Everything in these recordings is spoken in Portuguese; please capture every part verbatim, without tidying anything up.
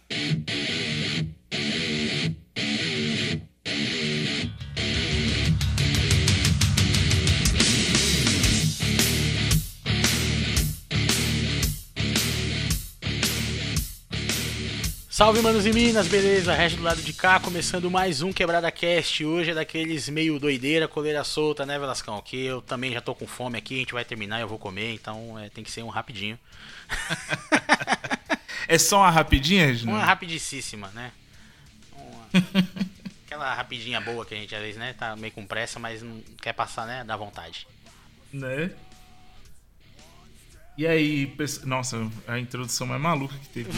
Salve, manos e minas, beleza? Regi do lado de cá, começando mais um Quebrada Cast. Hoje é daqueles meio doideira, coleira solta, né, Velascão? Que eu também já tô com fome aqui, a gente vai terminar e eu vou comer, então é, tem que ser um rapidinho. É só uma rapidinha, Reginaldo? Uma rapidíssima, né? Uma... Aquela rapidinha boa que a gente às vezes, né, tá meio com pressa, mas não quer passar, né, dá vontade. Né? E aí, pessoal... Nossa, a introdução mais maluca que teve.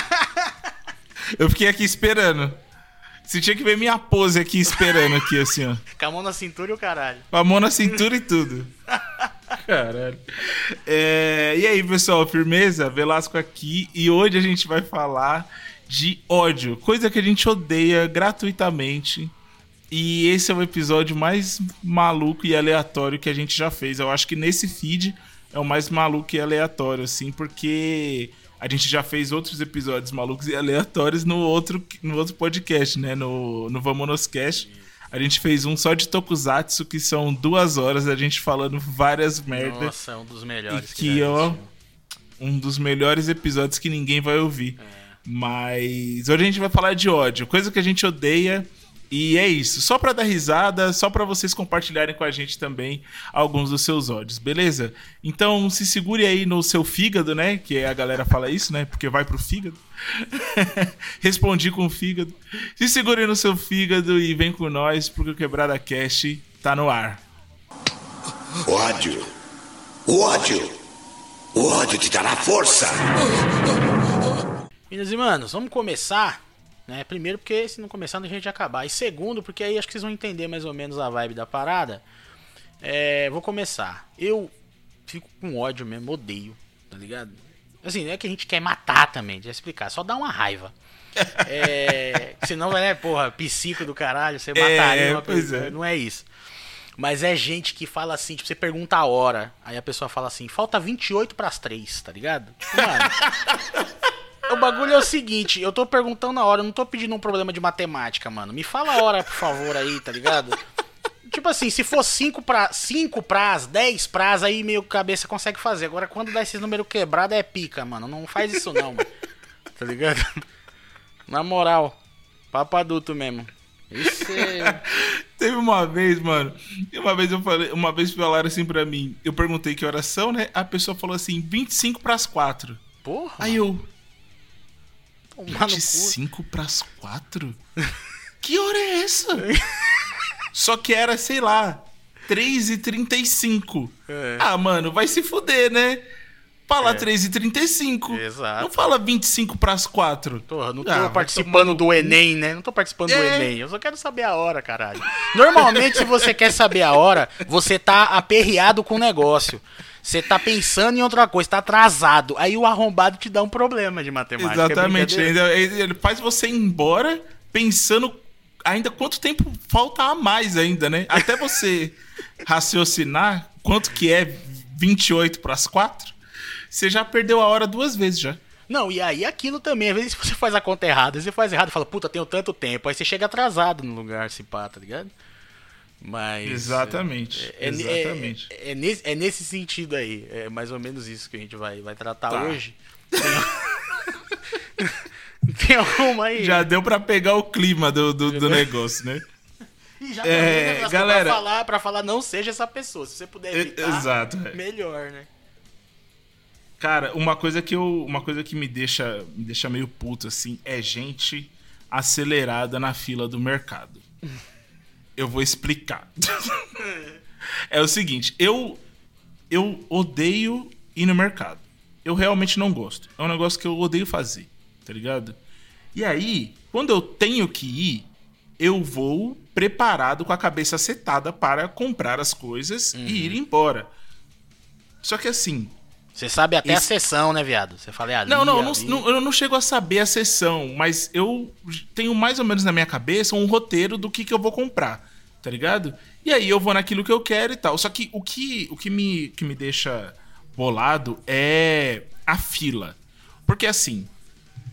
Eu fiquei aqui esperando. Você tinha que ver minha pose aqui esperando aqui, assim, ó. Com a mão na cintura e o caralho. Com a mão na cintura e tudo. Caralho. É... E aí, pessoal, firmeza? Velasco aqui. E hoje a gente vai falar de ódio. Coisa que a gente odeia gratuitamente. E esse é o episódio mais maluco e aleatório que a gente já fez. Eu acho que nesse feed é o mais maluco e aleatório, assim, porque... A gente já fez outros episódios malucos e aleatórios no outro, no outro podcast, né? No, no Vamonoscast. A gente fez um só de Tokusatsu, que são duas horas a gente falando várias merdas. Nossa, é um dos melhores. E que, que ó, um dos melhores episódios que ninguém vai ouvir. É. Mas hoje a gente vai falar de ódio, coisa que a gente odeia. E é isso, só pra dar risada, só pra vocês compartilharem com a gente também alguns dos seus ódios, beleza? Então se segure aí no seu fígado, né? Que a galera fala isso, né? Porque vai pro fígado. Respondi com o fígado. Se segure no seu fígado e vem com nós, porque o Quebrada Cast tá no ar. O ódio. O ódio. O ódio te dará força. Meninas e manos, vamos começar... Né? Primeiro porque se não começar a gente acabar. E segundo porque aí acho que vocês vão entender mais ou menos a vibe da parada. É, vou começar. Eu fico com ódio mesmo, odeio, tá ligado? Assim, não é que a gente quer matar também, deixa eu explicar, só dá uma raiva. É, senão, né, porra, psico do caralho, você mataria é, uma pessoa, é. Não é isso. Mas é gente que fala assim, tipo, você pergunta a hora, aí a pessoa fala assim, falta vinte e oito pras três, tá ligado? Tipo, mano... O bagulho é o seguinte, eu tô perguntando a hora, eu não tô pedindo um problema de matemática, mano. Me fala a hora, por favor, aí, tá ligado? Tipo assim, se for cinco pra, cinco pras, dez pras, aí meio cabeça consegue fazer. Agora, quando dá esses números quebrados, é pica, mano. Não faz isso não, mano. Tá ligado? Na moral, papo adulto mesmo. Isso é... Teve uma vez, mano, uma vez eu falei, uma vez falaram assim pra mim, eu perguntei que horas são, né? A pessoa falou assim, vinte e cinco pras quatro. Porra. Aí eu... Tomar vinte e cinco pras quatro? Que hora é essa? Só que era, sei lá, três e trinta e cinco. É. Ah, mano, vai se fuder, né? Fala é. três e trinta e cinco. Exato. Não fala vinte e cinco pras quatro. Porra, não tô ah, participando do Enem, né? Não tô participando é. do Enem. Eu só quero saber a hora, caralho. Normalmente, se você quer saber a hora, você tá aperreado com o negócio. Você tá pensando em outra coisa, tá atrasado. Aí o arrombado te dá um problema de matemática. Exatamente. É ele faz você ir embora pensando ainda quanto tempo falta a mais ainda, né? Até você raciocinar quanto que é vinte e oito pras quatro, você já perdeu a hora duas vezes já. Não, e aí aquilo também, às vezes você faz a conta errada, você faz errado e fala, puta, tenho tanto tempo. Aí você chega atrasado no lugar, se pá, tá ligado? Mas exatamente, é, é, exatamente. É, é, é, nesse, é nesse sentido aí, é mais ou menos isso que a gente vai, vai tratar tá. hoje. Tem, tem alguma aí? Já deu pra pegar o clima do, do, do negócio, né? E já é, também, galera, pra falar, pra falar, não seja essa pessoa. Se você puder evitar, exato, é. melhor, né? Cara, uma coisa que eu, uma coisa que me deixa, me deixa meio puto assim é gente acelerada na fila do mercado. Eu vou explicar. É o seguinte, eu eu odeio ir no mercado. Eu realmente não gosto. É um negócio que eu odeio fazer, tá ligado? E aí, quando eu tenho que ir, eu vou preparado com a cabeça setada para comprar as coisas uhum. e ir embora. Só que assim... Você sabe até esse... a sessão, né, viado? Você fala, ali, não, não, ali. não, eu não chego a saber a sessão, mas eu tenho mais ou menos na minha cabeça um roteiro do que, que eu vou comprar, tá ligado? E aí eu vou naquilo que eu quero e tal. Só que o que, o que, me, que me deixa bolado é a fila. Porque assim,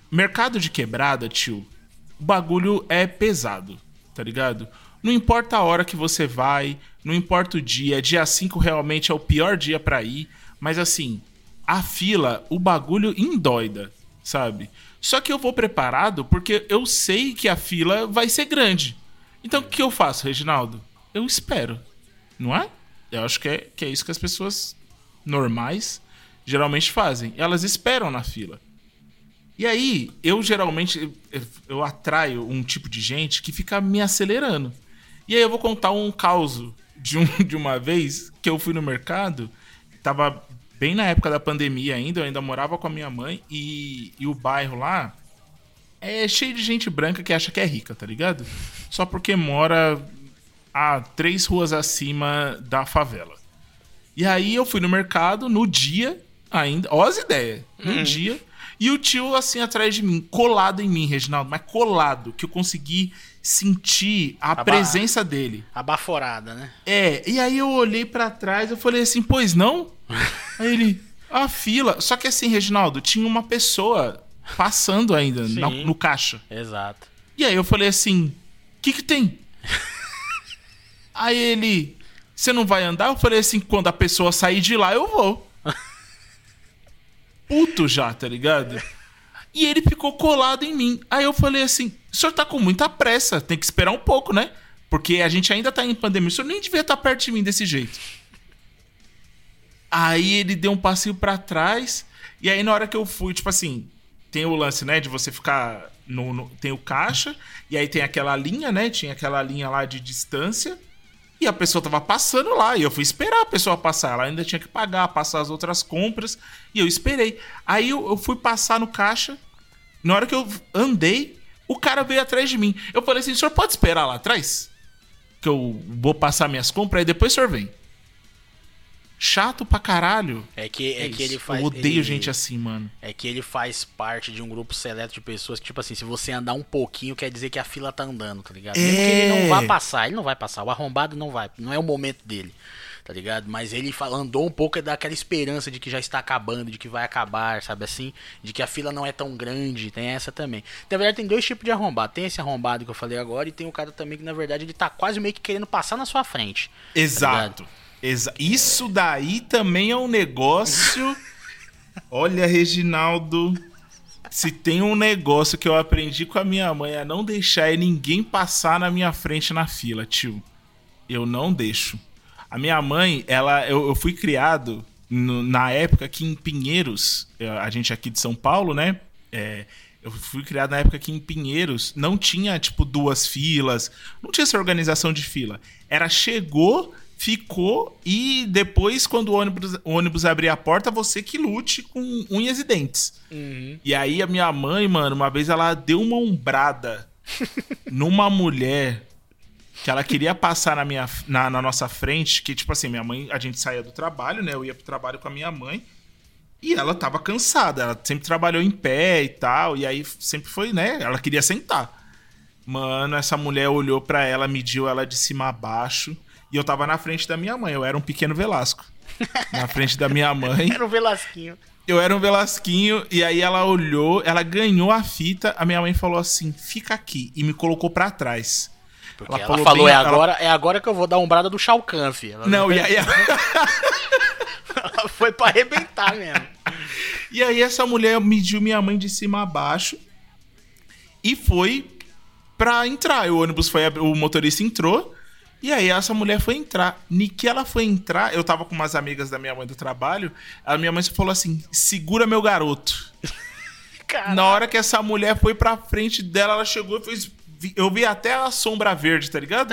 mercado de quebrada, tio, o bagulho é pesado, tá ligado? Não importa a hora que você vai, não importa o dia, dia cinco realmente é o pior dia pra ir, mas assim, a fila, o bagulho endoida, sabe? Só que eu vou preparado porque eu sei que a fila vai ser grande. Então o que eu faço, Reginaldo? Eu espero, não é? Eu acho que é, que é isso que as pessoas normais geralmente fazem. Elas esperam na fila. E aí, eu geralmente eu, eu atraio um tipo de gente que fica me acelerando. E aí eu vou contar um caos de, um, de uma vez que eu fui no mercado, tava bem na época da pandemia ainda, eu ainda morava com a minha mãe e, e o bairro lá é cheio de gente branca que acha que é rica, tá ligado? Só porque mora a três ruas acima da favela. E aí eu fui no mercado no dia ainda, ó as ideias, no hum. dia, e o tio assim atrás de mim, colado em mim, Reginaldo, mas colado, que eu consegui sentir a Aba... presença dele. Abaforada, né? É, e aí eu olhei pra trás, eu falei assim, pois não? Aí ele, a fila. Só que assim, Reginaldo, tinha uma pessoa passando ainda na, no caixa. Exato. E aí eu falei assim, o que que tem? Aí ele, você não vai andar? Eu falei assim, quando a pessoa sair de lá, eu vou. Puto já, tá ligado? E ele ficou colado em mim. Aí eu falei assim, o senhor tá com muita pressa, tem que esperar um pouco, né? Porque a gente ainda tá em pandemia, o senhor nem devia estar perto de mim desse jeito. Aí ele deu um passinho pra trás, e aí na hora que eu fui, tipo assim, tem o lance, né, de você ficar no, no... tem o caixa, e aí tem aquela linha, né, tinha aquela linha lá de distância, e a pessoa tava passando lá, e eu fui esperar a pessoa passar, ela ainda tinha que pagar, passar as outras compras, e eu esperei. Aí eu, eu fui passar no caixa, na hora que eu andei, o cara veio atrás de mim. Eu falei assim, o senhor pode esperar lá atrás? Que eu vou passar minhas compras, aí depois o senhor vem. Chato pra caralho. É que, é, é que ele faz. Eu odeio ele, gente assim, mano. É que ele faz parte de um grupo seleto de pessoas que, tipo assim, se você andar um pouquinho, quer dizer que a fila tá andando, tá ligado? É. Mesmo que ele não vá passar, ele não vai passar. O arrombado não vai. Não é o momento dele, tá ligado? Mas ele andou um pouco, é daquela esperança de que já está acabando, de que vai acabar, sabe assim? De que a fila não é tão grande. Tem essa também. Na verdade, tem dois tipos de arrombado. Tem esse arrombado que eu falei agora, e tem o cara também que, na verdade, ele tá quase meio que querendo passar na sua frente. Exato. Tá Exa- Isso daí também é um negócio. Olha, Reginaldo, se tem um negócio que eu aprendi com a minha mãe é não deixar ninguém passar na minha frente na fila, tio. Eu não deixo. A minha mãe, ela, eu, eu fui criado no, na época que em Pinheiros, a gente aqui de São Paulo, né? É, eu fui criado na época que em Pinheiros não tinha, tipo, duas filas, não tinha essa organização de fila. Era chegou, ficou e depois, quando o ônibus, o ônibus abrir a porta, você que lute com unhas e dentes. Uhum. E aí a minha mãe, mano, uma vez ela deu uma ombrada numa mulher que ela queria passar na, minha, na, na nossa frente, que tipo assim, minha mãe, a gente saía do trabalho, né? Eu ia pro trabalho com a minha mãe e ela tava cansada, ela sempre trabalhou em pé e tal, e aí sempre foi, né? Ela queria sentar. Mano, essa mulher olhou pra ela, mediu ela de cima a baixo. E eu tava na frente da minha mãe, eu era um pequeno Velasco. Na frente da minha mãe. Era um Velasquinho. Eu era um Velasquinho, e aí ela olhou, ela ganhou a fita, a minha mãe falou assim, fica aqui, e me colocou pra trás. Porque ela, ela falou, falou bem, é, agora, ela... é agora que eu vou dar a ombrada do Shao Kahn, filho. Ela não, e aí... Ela... ela foi pra arrebentar mesmo. E aí essa mulher mediu minha mãe de cima a baixo, e foi pra entrar. O ônibus foi, o motorista entrou, e aí essa mulher foi entrar. Ni que ela foi entrar, eu tava com umas amigas da minha mãe do trabalho, a minha mãe falou assim, segura meu garoto. Caraca. Na hora que essa mulher foi pra frente dela, ela chegou e fez... Eu vi até a sombra verde, tá ligado?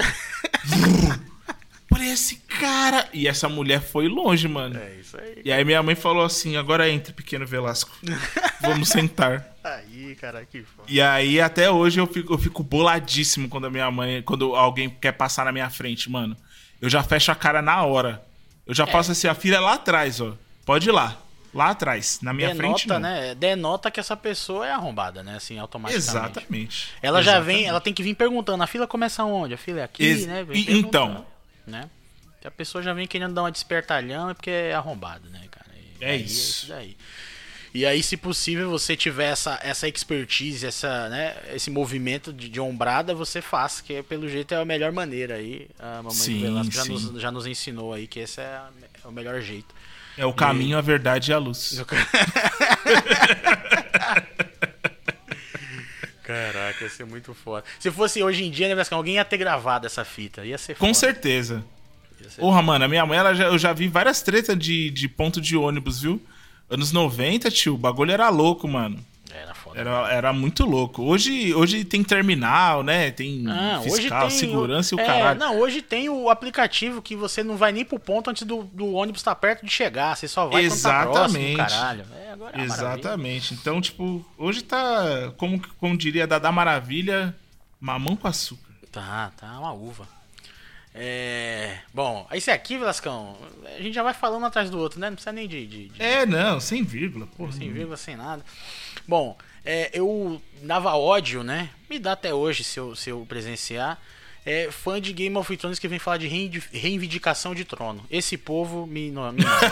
Falei assim, cara... E essa mulher foi longe, mano. É isso aí. E aí minha mãe falou assim, agora entra, pequeno Velasco. Vamos sentar. Aí, cara, que foda. E aí, até hoje, eu fico, eu fico boladíssimo quando a minha mãe... Quando alguém quer passar na minha frente, mano. Eu já fecho a cara na hora. Eu já é. faço assim, a filha é lá atrás, ó. Pode ir lá. Lá atrás. Na minha denota, frente, não. Né? Denota que essa pessoa é arrombada, né? Assim, automaticamente. Exatamente. Ela Exatamente. já vem... Ela tem que vir perguntando. A fila começa onde? A fila é aqui, Ex- né? E, então... Né? Se a pessoa já vem querendo dar uma despertalhão é porque é arrombado, né, cara? E é aí, isso. É isso daí. E aí, se possível, você tiver essa, essa expertise, essa, né, esse movimento de, de ombrada, você faz, que pelo jeito é a melhor maneira aí. A mamãe Sim, Velasco já sim. nos, já nos ensinou aí que esse é, a, é o melhor jeito. É o caminho, e... a verdade e a luz. Caraca, ia ser muito foda. Se fosse hoje em dia, né, Velasco, alguém ia ter gravado essa fita. Ia ser foda. Com certeza. Ia ser Porra, mano, a minha mãe, ela já, eu já vi várias tretas de, de ponto de ônibus, viu? Anos noventa, tio, o bagulho era louco, mano. Era foda. Era, era muito louco. Hoje, hoje tem terminal, né? Tem Ah, fiscal, hoje tem segurança o, e o é, caralho. Não, hoje tem o aplicativo que você não vai nem pro ponto antes do, do ônibus estar perto de chegar. Você só vai Exatamente. quando tá próximo, caralho. É, agora é Exatamente. Então, tipo, hoje tá, como, como diria Dada Maravilha, mamão com açúcar. Tá, tá uma uva. É... Bom, esse aqui, Velascão, a gente já vai falando atrás do outro, né? Não precisa nem de... de, de... É, não, sem vírgula, porra. Sem vírgula, sem nada. Bom, é, eu dava ódio, né? Me dá até hoje, se eu, se eu presenciar. É, fã de Game of Thrones que vem falar de reivindicação de trono. Esse povo me... me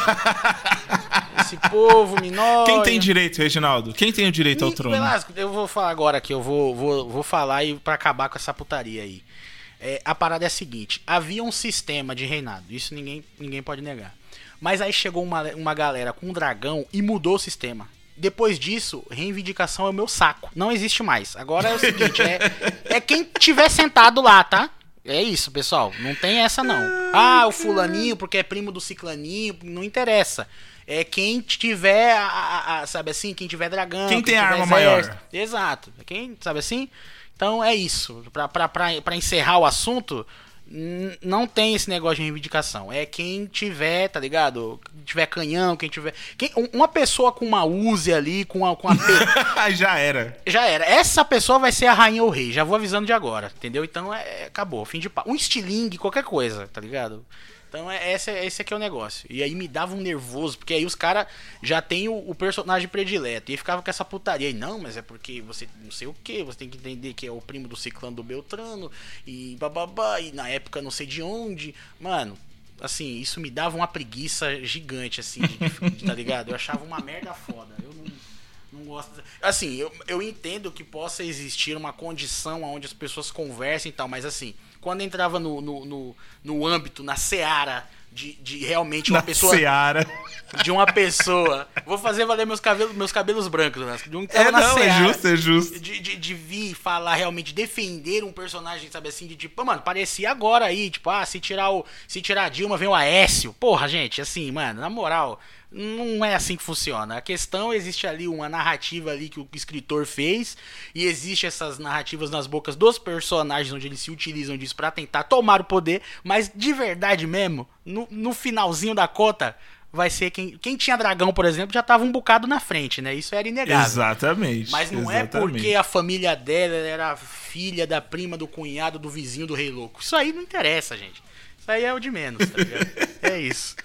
Esse povo me noia. Quem tem direito, Reginaldo? Quem tem o direito ao trono? Velasco, eu vou falar agora aqui, eu vou, vou, vou falar e pra acabar com essa putaria aí. É, a parada é a seguinte, havia um sistema de reinado, isso ninguém, ninguém pode negar. Mas aí chegou uma, uma galera com um dragão e mudou o sistema. Depois disso, reivindicação é o meu saco. Não existe mais. Agora é o seguinte, é, é quem tiver sentado lá, tá? É isso, pessoal. Não tem essa, não. Ah, o fulaninho, porque é primo do ciclaninho, não interessa. É quem tiver, a, a, a, sabe assim, quem tiver dragão. Quem, quem tem tiver arma exército. maior. Exato. Quem, sabe assim? Então é isso. Pra, pra, pra, pra encerrar o assunto, n- não tem esse negócio de reivindicação. É quem tiver, tá ligado? Quem tiver canhão, quem tiver... Quem, um- uma pessoa com uma Uzi ali, com a, com a P... Já era. Já era. Essa pessoa vai ser a rainha ou rei. Já vou avisando de agora, entendeu? Então é, acabou. Fim de papo. Um estilingue, qualquer coisa, tá ligado? Então é, esse, esse aqui é o negócio. E aí me dava um nervoso, porque aí os caras já tem o, o personagem predileto. E aí ficava com essa putaria. E não, mas é porque você não sei o que, você tem que entender que é o primo do Ciclano do Beltrano. E bababá, e na época não sei de onde. Mano, assim, isso me dava uma preguiça gigante, assim, de, de, tá ligado? Eu achava uma merda foda. Eu não. Não gosto. Assim, eu, eu entendo que possa existir uma condição onde as pessoas conversem e tal, mas assim, quando entrava no, no, no, no âmbito, na seara de, de realmente uma Na pessoa. seara. De uma pessoa. Vou fazer valer meus cabelos, meus cabelos brancos, né? De um que É, tava na não, é seara, justo, é justo. De, de, de vir falar realmente, defender um personagem, sabe assim, de tipo, mano, parecia agora aí, tipo, ah, se tirar o. Se tirar a Dilma, vem o Aécio. Porra, gente, assim, mano, na moral. Não é assim que funciona. A questão, existe ali uma narrativa ali que o escritor fez, e existe essas narrativas nas bocas dos personagens onde eles se utilizam disso pra tentar tomar o poder, mas de verdade mesmo, no, no finalzinho da conta, vai ser quem, quem tinha dragão, por exemplo, já tava um bocado na frente, né? Isso era inegável. Exatamente. Mas não exatamente. é porque a família dela era filha da prima, do cunhado, do vizinho, do rei louco. Isso aí não interessa, gente. Isso aí é o de menos, tá ligado? É isso.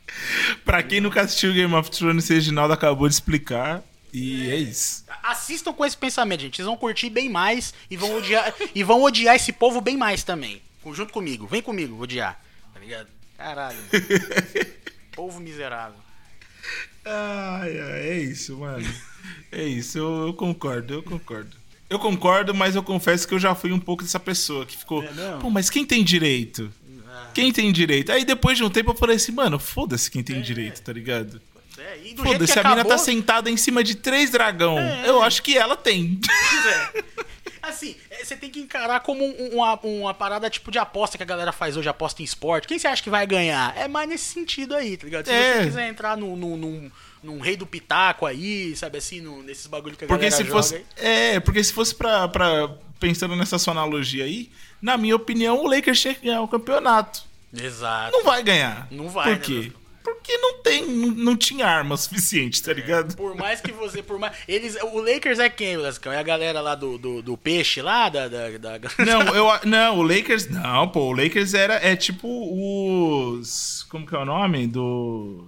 Pra quem nunca assistiu Game of Thrones, o Reginaldo acabou de explicar. E é isso. Assistam com esse pensamento, gente. Vocês vão curtir bem mais e vão odiar, e vão odiar esse povo bem mais também. Junto comigo. Vem comigo odiar. Tá ligado? Caralho. Povo miserável. Ai, ai, é isso, mano. É isso, eu, eu concordo, eu concordo. Eu concordo, mas eu confesso que eu já fui um pouco dessa pessoa que ficou... É, não? Pô, mas quem tem direito? Quem tem direito? Aí depois de um tempo eu falei assim, mano, foda-se quem tem É. direito, tá ligado? É, e do jeito Foda-se, que a mina acabou, tá sentada em cima de três dragão. É. Eu acho que ela tem. é. Assim, é, você tem que encarar como um- uma, uma parada tipo de aposta que a galera faz hoje, aposta em esporte. Quem você acha que vai ganhar? É mais nesse sentido aí, tá ligado? Se É. você quiser entrar num, num, num, num rei do pitaco aí, sabe assim, num, nesses bagulho que a Porque galera se joga fosse. aí. É, porque se fosse pra, pra. Pensando nessa sua analogia aí, na minha opinião, o Lakers tinha que ganhar o campeonato. Exato. Não vai ganhar. Não vai, Por quê? né, Porque não tem. Não, não tinha arma suficiente, tá ligado? Por mais que você, por mais. Eles, o Lakers é quem, Lascão? É a galera lá do, do, do peixe lá? Da, da, da... Não, eu, não, o Lakers. Não, pô, o Lakers era, é tipo os. Como que é o nome? Do.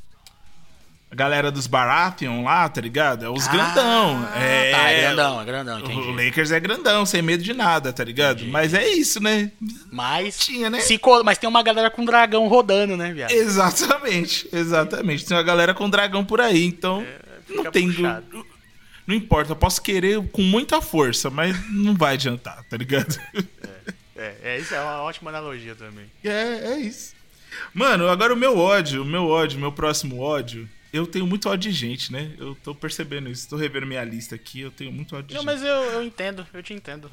A galera dos Baratheon lá, tá ligado? É os Ah, grandão. É, tá, é grandão, é grandão, entendi. O Lakers é grandão, sem medo de nada, tá ligado? Entendi. Mas é isso, né? Mas. Tinha, né? Se col... Mas tem uma galera com dragão rodando, né, viado? Exatamente, exatamente. Tem uma galera com dragão por aí, então. não tem... Puxado. Não importa, eu posso querer com muita força, mas não vai adiantar, tá ligado? É, é, isso é uma ótima analogia também. É, é isso. Mano, agora o meu ódio, o meu ódio, meu próximo ódio, eu tenho muito ódio de gente, né? Eu tô percebendo isso, tô revendo minha lista aqui, eu tenho muito ódio de não, gente. Não, mas eu, eu entendo, eu te entendo.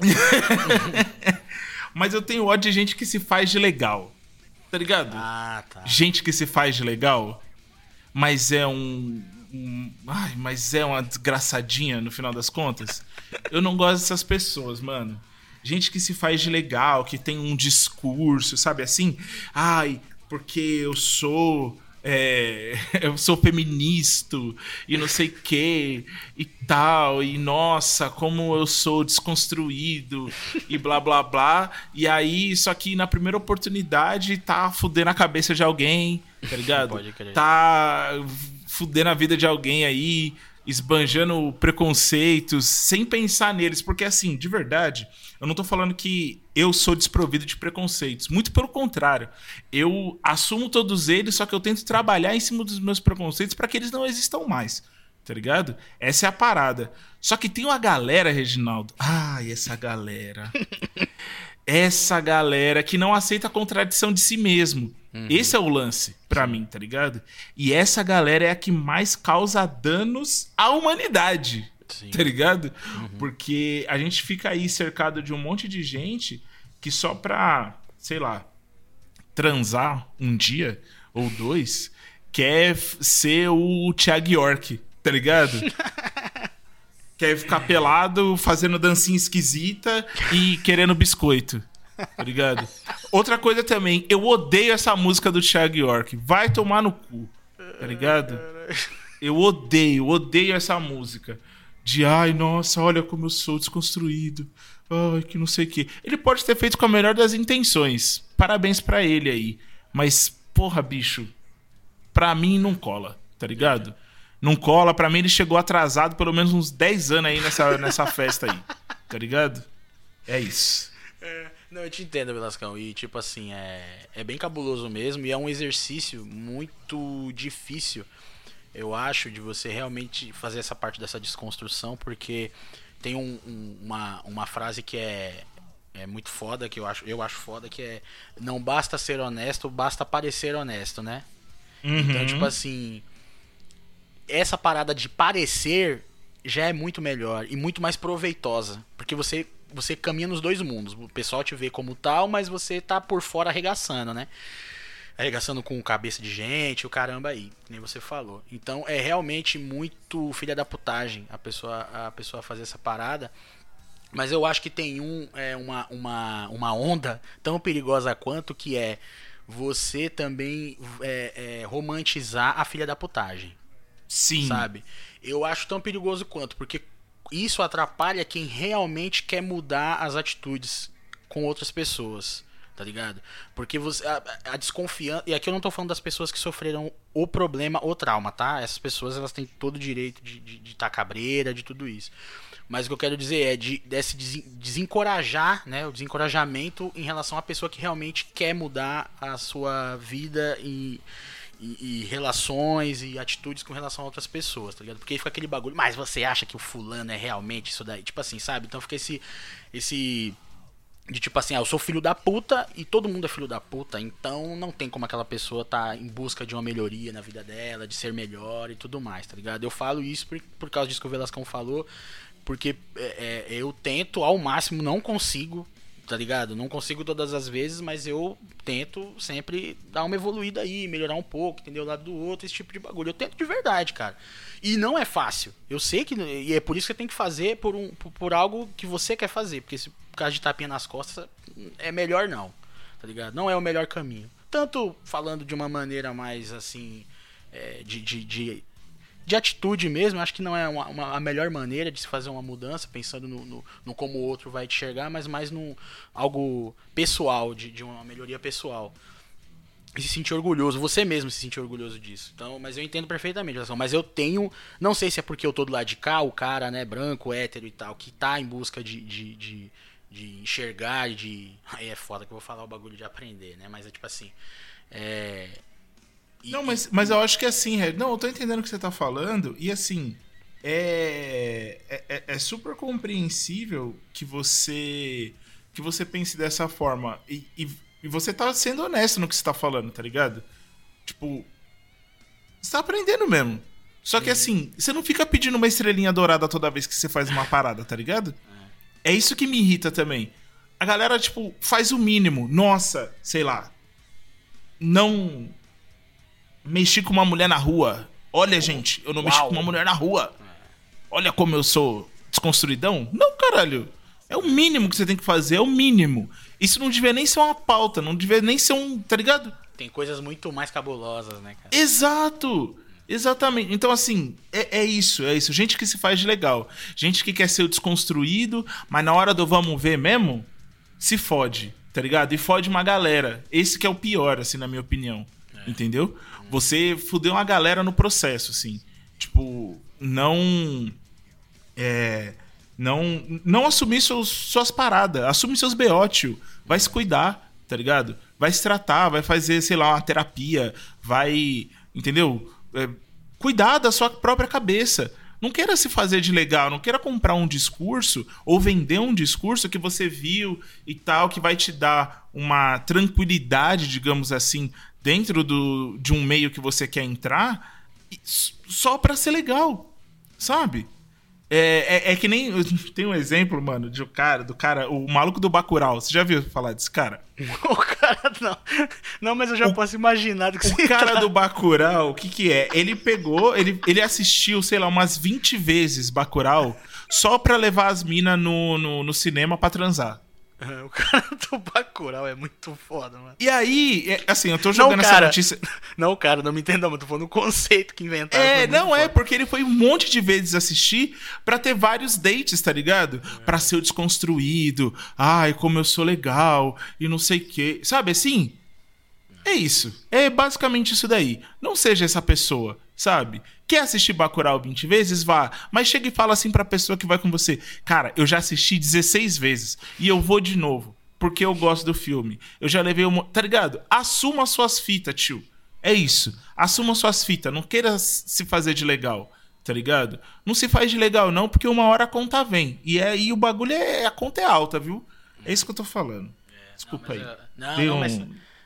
Mas eu tenho ódio de gente que se faz de legal, tá ligado? Ah, tá. Gente que se faz de legal, mas é um... um ai, mas é uma desgraçadinha no final das contas. Eu não gosto dessas pessoas, mano. Gente que se faz de legal, que tem um discurso, sabe assim? Ai, porque eu sou... É, eu sou feminista e não sei o que e tal, e nossa, como eu sou desconstruído e blá blá blá. E aí, isso aqui na primeira oportunidade tá fudendo a cabeça de alguém, tá ligado? Pode crer. Tá fudendo a vida de alguém aí, esbanjando preconceitos, sem pensar neles, porque assim, de verdade, eu não tô falando que eu sou desprovido de preconceitos, muito pelo contrário, eu assumo todos eles, só que eu tento trabalhar em cima dos meus preconceitos para que eles não existam mais, tá ligado? Essa é a parada. Só que tem uma galera, Reginaldo, ai, essa galera... Essa galera que não aceita a contradição de si mesmo. Uhum. Esse é o lance pra Sim. mim, tá ligado? E essa galera é a que mais causa danos à humanidade, Sim. tá ligado? Uhum. Porque a gente fica aí cercado de um monte de gente que só pra, sei lá, transar um dia ou dois, quer ser o Thiago York, tá ligado? Quer ficar pelado, fazendo dancinha esquisita e querendo biscoito, tá ligado? Outra coisa também, eu odeio essa música do Thiago York. Vai tomar no cu, tá ligado? Eu odeio, odeio essa música. De, ai, nossa, olha como eu sou desconstruído. Ai, que não sei o quê. Ele pode ter feito com a melhor das intenções. Parabéns pra ele aí. Mas, porra, bicho, pra mim não cola, tá ligado? Não cola, pra mim ele chegou atrasado pelo menos uns dez anos aí nessa, nessa festa aí, tá ligado? É isso. É, não, eu te entendo, Velascão, e tipo assim, é, é bem cabuloso mesmo, e é um exercício muito difícil, eu acho, de você realmente fazer essa parte dessa desconstrução, porque tem um, um, uma, uma frase que é, é muito foda, que eu acho, eu acho foda, que é: não basta ser honesto, basta parecer honesto, né? Uhum. Então, tipo assim... essa parada de parecer já é muito melhor e muito mais proveitosa, porque você, você caminha nos dois mundos. O pessoal te vê como tal, mas você tá por fora arregaçando, né? Arregaçando com cabeça de gente, o caramba aí, que nem você falou. Então é realmente muito filha da putagem a pessoa, a pessoa fazer essa parada. Mas eu acho que tem um, é, uma, uma, uma onda tão perigosa quanto, que é você também é, é, romantizar a filha da putagem. Sim. Sabe? Eu acho tão perigoso quanto, porque isso atrapalha quem realmente quer mudar as atitudes com outras pessoas, tá ligado? Porque você, a, a desconfiança... E aqui eu não tô falando das pessoas que sofreram o problema, o trauma, tá? Essas pessoas, elas têm todo o direito de, de, de tá cabreira, de tudo isso. Mas o que eu quero dizer é de, desse desencorajar, né? O desencorajamento em relação à pessoa que realmente quer mudar a sua vida e... E, e relações e atitudes com relação a outras pessoas, tá ligado? Porque fica aquele bagulho, mas você acha que o fulano é realmente isso daí? Tipo assim, sabe? Então fica esse... esse de tipo assim, ah, eu sou filho da puta e todo mundo é filho da puta, então não tem como aquela pessoa tá em busca de uma melhoria na vida dela, de ser melhor e tudo mais, tá ligado? Eu falo isso por, por causa disso que o Velascão falou, porque é, é, eu tento ao máximo, não consigo, tá ligado? Não consigo todas as vezes, mas eu tento sempre dar uma evoluída aí, melhorar um pouco, entender o lado do outro, esse tipo de bagulho. Eu tento de verdade, cara. E não é fácil. Eu sei que... E é por isso que você tem que fazer por, um, por, por algo que você quer fazer. Porque se por causa de tapinha nas costas, é melhor não, tá ligado? Não é o melhor caminho. Tanto falando de uma maneira mais, assim, é, de... de, de de atitude mesmo, acho que não é uma, uma, a melhor maneira de se fazer uma mudança, pensando no, no, no como o outro vai te enxergar, mas mais no algo pessoal, de, de uma melhoria pessoal. E se sentir orgulhoso, você mesmo se sentir orgulhoso disso. Então, mas eu entendo perfeitamente, mas eu tenho, não sei se é porque eu tô do lado de cá, o cara, né, branco, hétero e tal, que tá em busca de, de, de, de enxergar, de... Aí é foda que eu vou falar o bagulho de aprender, né, mas é tipo assim, é... E, Não, mas, e, mas eu acho que é assim, Red. Não, eu tô entendendo o que você tá falando. E assim, é, é, é super compreensível que você que você pense dessa forma. E, e, e você tá sendo honesto no que você tá falando, tá ligado? Tipo, você tá aprendendo mesmo. Só que assim, você não fica pedindo uma estrelinha dourada toda vez que você faz uma parada, tá ligado? É isso que me irrita também. A galera, tipo, faz o mínimo. Nossa, sei lá. Não mexi com uma mulher na rua. Olha, gente, eu não mexi Uau. com uma mulher na rua. Olha como eu sou desconstruidão. Não, caralho. É o mínimo que você tem que fazer, é o mínimo. Isso não devia nem ser uma pauta, não devia nem ser um, tá ligado? tem coisas muito mais cabulosas, né, cara? Exato! Exatamente. Então, assim, é, é isso, é isso. Gente que se faz de legal. Gente que quer ser o desconstruído, mas na hora do vamos ver mesmo, se fode, tá ligado? E fode uma galera. Esse que é o pior, assim, na minha opinião. É. Entendeu? Hum. Você fudeu uma galera no processo, assim. Tipo, não... É... Não, não assumir seus, suas paradas. Assume seus B O, tio. Vai se cuidar, tá ligado? Vai se tratar, vai fazer, sei lá, uma terapia. Vai, entendeu? É, cuidar da sua própria cabeça. Não queira se fazer de legal. Não queira comprar um discurso ou vender um discurso que você viu e tal, que vai te dar uma tranquilidade, digamos assim, dentro do, de um meio que você quer entrar, só pra ser legal, sabe? É, é, é que nem... Tem um exemplo, mano, de um cara, do cara... O maluco do Bacurau. Você já viu falar desse cara? O cara não. Não, mas eu já o, posso imaginar do que o você O cara tá... do Bacurau, o que que é? Ele pegou... Ele, ele assistiu, sei lá, umas vinte vezes Bacurau só pra levar as minas no, no, no cinema pra transar. O cara do Bacurau é muito foda, mano. E aí, assim, eu tô jogando não, cara, essa notícia... Não, cara, não me entenda, mas tô falando o conceito que inventaram. É, não é, porque ele foi um monte de vezes assistir pra ter vários dates, tá ligado? É. Pra ser o desconstruído. Ai, como eu sou legal e não sei o quê. Sabe, assim? É isso. É basicamente isso daí. Não seja essa pessoa, sabe? Quer assistir Bacurau vinte vezes? Vá. Mas chega e fala assim pra pessoa que vai com você. Cara, eu já assisti dezesseis vezes e eu vou de novo, porque eu gosto do filme. Eu já levei um... Tá ligado? Assuma suas fitas, tio. É isso. Assuma suas fitas. Não queira se fazer de legal, tá ligado? Não se faz de legal não, porque uma hora a conta vem. E aí o bagulho é... A conta é alta, viu? É isso que eu tô falando. Desculpa não, aí. Eu... Não, Dei não, um... mas...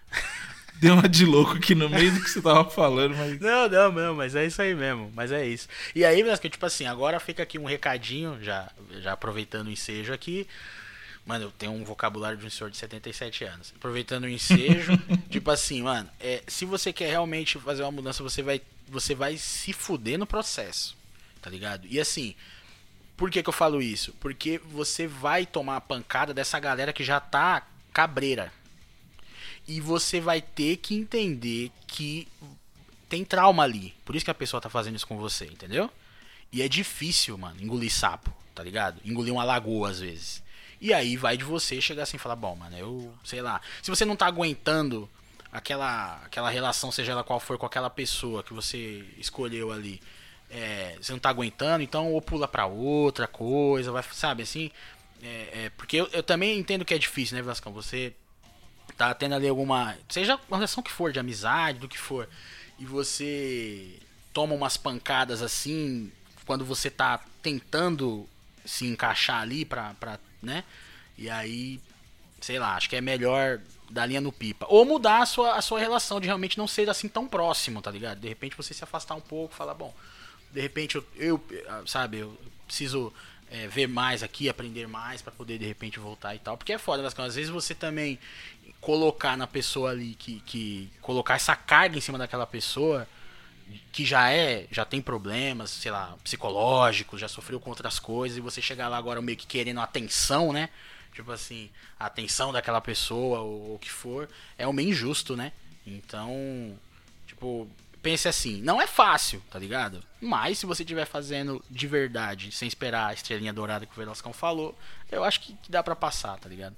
Deu uma de louco aqui no meio do que você tava falando, mas... Não, não, não, mas é isso aí mesmo, mas é isso. E aí, que tipo assim, agora fica aqui um recadinho, já, já aproveitando o ensejo aqui. Mano, eu tenho um vocabulário de um senhor de setenta e sete anos. Aproveitando o ensejo, tipo assim, mano, é, se você quer realmente fazer uma mudança, você vai, você vai se fuder no processo, tá ligado? E assim, por que que eu falo isso? Porque você vai tomar a pancada dessa galera que já tá cabreira. E você vai ter que entender que tem trauma ali. Por isso que a pessoa tá fazendo isso com você, entendeu? E é difícil, mano, engolir sapo, tá ligado? Engolir uma lagoa, às vezes. E aí vai de você chegar assim e falar, bom, mano, eu, sei lá. Se você não tá aguentando aquela, aquela relação, seja ela qual for, com aquela pessoa que você escolheu ali, é, você não tá aguentando, então ou pula pra outra coisa, vai, sabe, assim. É, é, porque eu, eu também entendo que é difícil, né, Vascão? Você... tá tendo ali alguma... Seja uma relação que for, de amizade, do que for. E você toma umas pancadas assim, quando você tá tentando se encaixar ali pra... pra né? E aí, sei lá, acho que é melhor dar linha no pipa. Ou mudar a sua, a sua relação, de realmente não ser assim tão próximo, tá ligado? De repente você se afastar um pouco, falar, bom, de repente eu, eu sabe, eu preciso... É, ver mais aqui, aprender mais pra poder de repente voltar e tal, porque é foda, Vascão, às vezes você também colocar na pessoa ali, que, que colocar essa carga em cima daquela pessoa que já é, já tem problemas, sei lá, psicológicos, já sofreu com outras coisas, e você chegar lá agora meio que querendo atenção, né, tipo assim, a atenção daquela pessoa ou o que for, é um meio injusto, né, então, tipo, pense assim, não é fácil, tá ligado? Mas se você estiver fazendo de verdade, sem esperar a estrelinha dourada que o Velascão falou, eu acho que dá pra passar, tá ligado?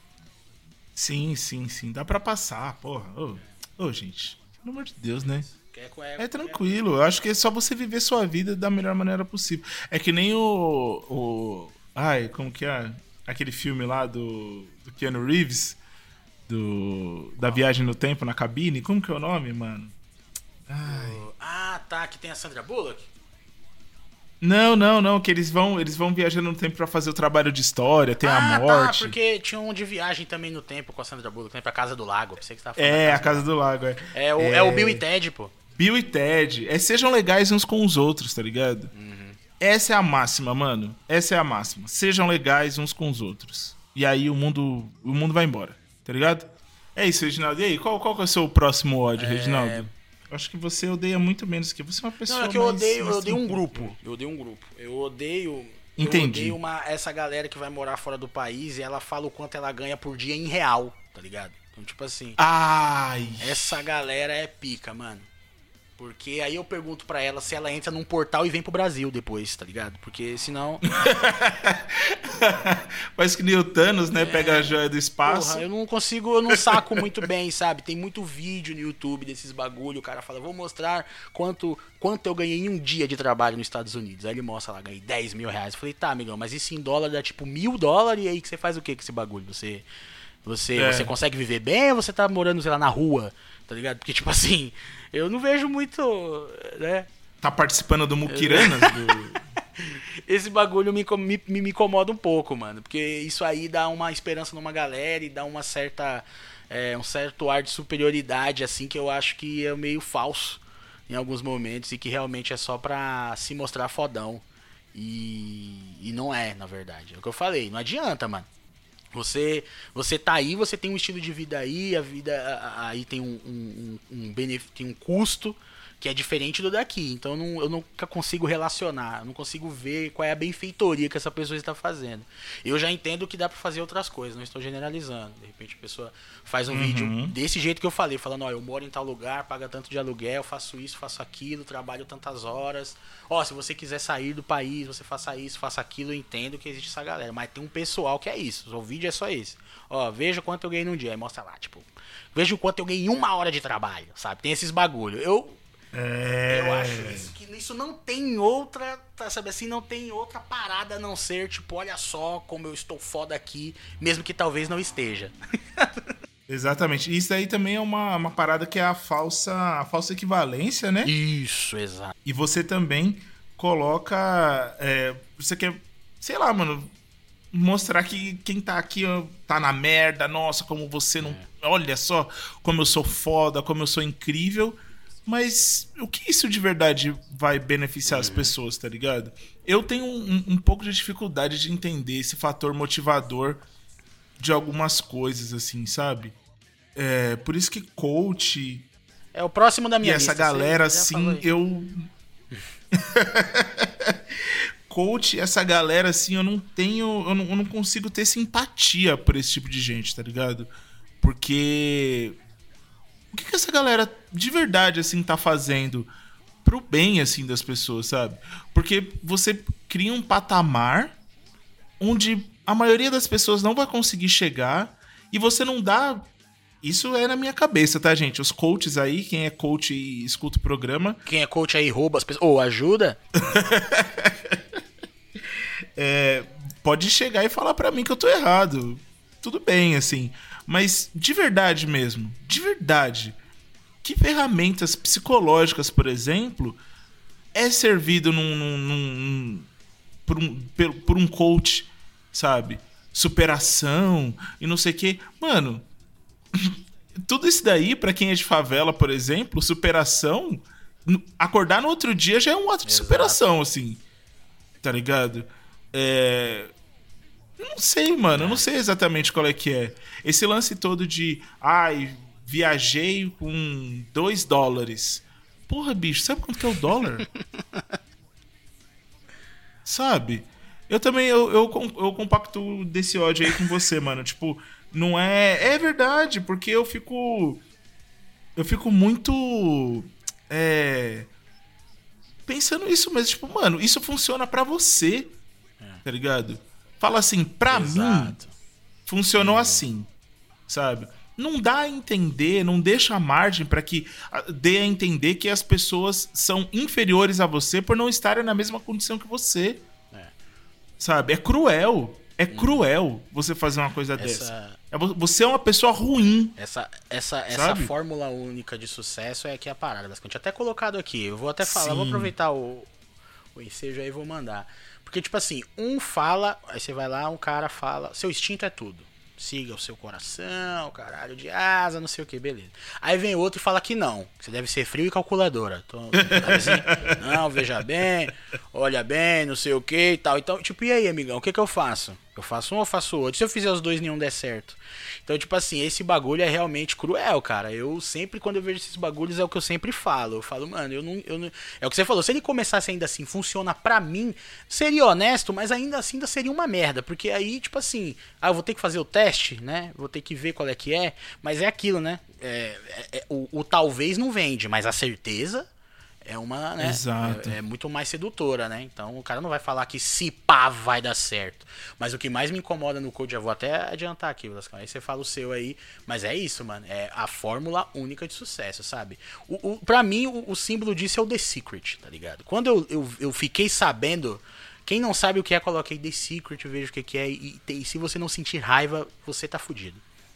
Sim, sim, sim. Dá pra passar, porra. Ô, ô, gente, pelo amor de Deus, né? É, é tranquilo. Eu acho que é só você viver sua vida da melhor maneira possível. É que nem o... o ai, como que é? Aquele filme lá do, do Keanu Reeves, do, da viagem no tempo na cabine. Como que é o nome, mano? O... Ah, tá, que tem a Sandra Bullock? Não, não, não, que eles vão, eles vão viajando no tempo pra fazer o trabalho de história, tem ah, a morte. Tá, porque tinha um de viagem também no tempo com a Sandra Bullock, né, pra Casa do Lago. Pensei que você tava falando É, da a Casa do Lago, é. É o, é... é o Bill e Ted, pô. Bill e Ted. É, sejam legais uns com os outros, tá ligado? Uhum. Essa é a máxima, mano. Essa é a máxima. Sejam legais uns com os outros. E aí o mundo, o mundo vai embora, tá ligado? É isso, Reginaldo. E aí, qual, qual que é o seu próximo ódio, é... Reginaldo? Acho que você odeia muito menos que você é uma pessoa. Não, é que eu mais, odeio, mais eu odeio um tranquila. grupo. Eu odeio um grupo. Eu odeio. Entendi. Eu odeio uma, essa galera que vai morar fora do país e ela fala o quanto ela ganha por dia em real, tá ligado? Então, tipo assim. Ai. Essa galera é pica, mano. Porque aí eu pergunto pra ela se ela entra num portal e vem pro Brasil depois, tá ligado? Porque senão... Faz que nem o Thanos, né? É... Pega a joia do espaço. Porra, eu não consigo, eu não saco muito bem, sabe? Tem muito vídeo no YouTube desses bagulho. O cara fala, vou mostrar quanto, quanto eu ganhei em um dia de trabalho nos Estados Unidos. Aí ele mostra lá, ganhei dez mil reais. Eu falei, tá, amigão, mas isso em dólar dá tipo mil dólares. E aí que você faz o que com esse bagulho? Você, você, é. você consegue viver bem ou você tá morando, sei lá, na rua? Tá ligado? Porque, tipo assim, eu não vejo muito, né? Tá participando do Mukiranas? do... Esse bagulho me, me, me incomoda um pouco, mano. Porque isso aí dá uma esperança numa galera e dá uma certa, é, um certo ar de superioridade, assim, que eu acho que é meio falso em alguns momentos e que realmente é só pra se mostrar fodão. E, e não é, na verdade. É o que eu falei, não adianta, mano. Você, você tá aí, você tem um estilo de vida aí, a vida aí tem um, um, um, benefício, tem um custo que é diferente do daqui. Então eu, não, eu nunca consigo relacionar, eu não consigo ver qual é a benfeitoria que essa pessoa está fazendo. Eu já entendo que dá pra fazer outras coisas, não estou generalizando. De repente a pessoa faz um uhum. vídeo desse jeito que eu falei, falando, ó, eu moro em tal lugar, paga tanto de aluguel, faço isso, faço aquilo, trabalho tantas horas. Ó, se você quiser sair do país, você faça isso, faça aquilo, eu entendo que existe essa galera. Mas tem um pessoal que é isso, o vídeo é só esse. Ó, veja quanto eu ganhei num dia, aí mostra lá, tipo, veja o quanto eu ganhei em uma hora de trabalho, sabe? Tem esses bagulho. Eu... É... Eu acho isso, que isso não tem outra, sabe assim, não tem outra parada a não ser, tipo, olha só como eu estou foda aqui, mesmo que talvez não esteja. Exatamente. Isso aí também é uma, uma parada que é a falsa, a falsa equivalência, né? Isso, exato. E você também coloca... É, você quer, sei lá, mano, mostrar que quem tá aqui tá na merda, nossa, como você não... É. Olha só como eu sou foda, como eu sou incrível... Mas o que isso de verdade vai beneficiar as pessoas, tá ligado? Eu tenho um, um pouco de dificuldade de entender esse fator motivador de algumas coisas, assim, sabe? É, por isso que coach... É o próximo da minha e essa lista, galera, assim, eu... coach, essa galera, assim, eu não tenho... Eu não, eu não consigo ter simpatia por esse tipo de gente, tá ligado? Porque... O que, que essa galera de verdade, assim, tá fazendo pro bem, assim, das pessoas, sabe? Porque você cria um patamar onde a maioria das pessoas não vai conseguir chegar e você não dá... Isso é na minha cabeça, tá, gente? Os coaches aí, quem é coach e escuta o programa... Quem é coach aí rouba as pessoas... Ou ajuda? é, pode chegar e falar pra mim que eu tô errado. Tudo bem, assim... Mas, de verdade mesmo, de verdade, que ferramentas psicológicas, por exemplo, é servido num, num, num, por, um, por um coach, sabe? Superação e não sei o quê. Mano, tudo isso daí, pra quem é de favela, por exemplo, superação, acordar no outro dia já é um ato de Exato. superação, assim, tá ligado? É... Não sei, mano. Eu não sei exatamente qual é que é. Esse lance todo de... Ai, viajei com dois dólares. Porra, bicho, sabe quanto que é o dólar? Sabe? Eu também... Eu, eu, eu compacto desse ódio aí com você, mano. Tipo, não é... É verdade, porque eu fico... Eu fico muito... É... Pensando isso, mas tipo, mano, isso funciona pra você. Tá ligado? Fala assim, pra Exato. mim, funcionou uhum. assim, sabe? Não dá a entender, não deixa a margem pra que dê a entender que as pessoas são inferiores a você por não estarem na mesma condição que você. É. Sabe? É cruel. É cruel você fazer uma coisa Essa... dessa. É, você é uma pessoa ruim. Essa, essa, essa fórmula única de sucesso é que é a parada. Basicamente, até colocado aqui. Eu vou até falar, Sim. vou aproveitar o, o ensejo aí e vou mandar. Porque, tipo assim, um fala, aí você vai lá, um cara fala, seu instinto é tudo. Siga o seu coração, caralho de asa, não sei o que, beleza. Aí vem outro e fala que não, que você deve ser frio e calculadora. Então, assim, não, veja bem, olha bem, não sei o que e tal. Então, tipo, e aí, amigão, o que que eu faço? Eu faço um ou faço outro? Se eu fizer os dois e nenhum der certo? Então, tipo assim, esse bagulho é realmente cruel, cara. Eu sempre, quando eu vejo esses bagulhos, é o que eu sempre falo. Eu falo, mano, eu não, eu não... É o que você falou, se ele começasse ainda assim, funciona pra mim, seria honesto, mas ainda assim ainda seria uma merda. Porque aí, tipo assim, ah, eu vou ter que fazer o teste, né? Vou ter que ver qual é que é. Mas é aquilo, né? É, é, é, o, o talvez não vende, mas a certeza... É uma, né? Exato. É, é muito mais sedutora, né? Então o cara não vai falar que se pá vai dar certo. Mas o que mais me incomoda no code, eu vou até adiantar aqui, Lascão. Aí você fala o seu aí. Mas é isso, mano. É a fórmula única de sucesso, sabe? O, o, pra mim, o, o símbolo disso é o The Secret, tá ligado? Quando eu, eu, eu fiquei sabendo. Quem não sabe o que é, coloquei The Secret, eu vejo o que, que é. E, e se você não sentir raiva, você tá fudido.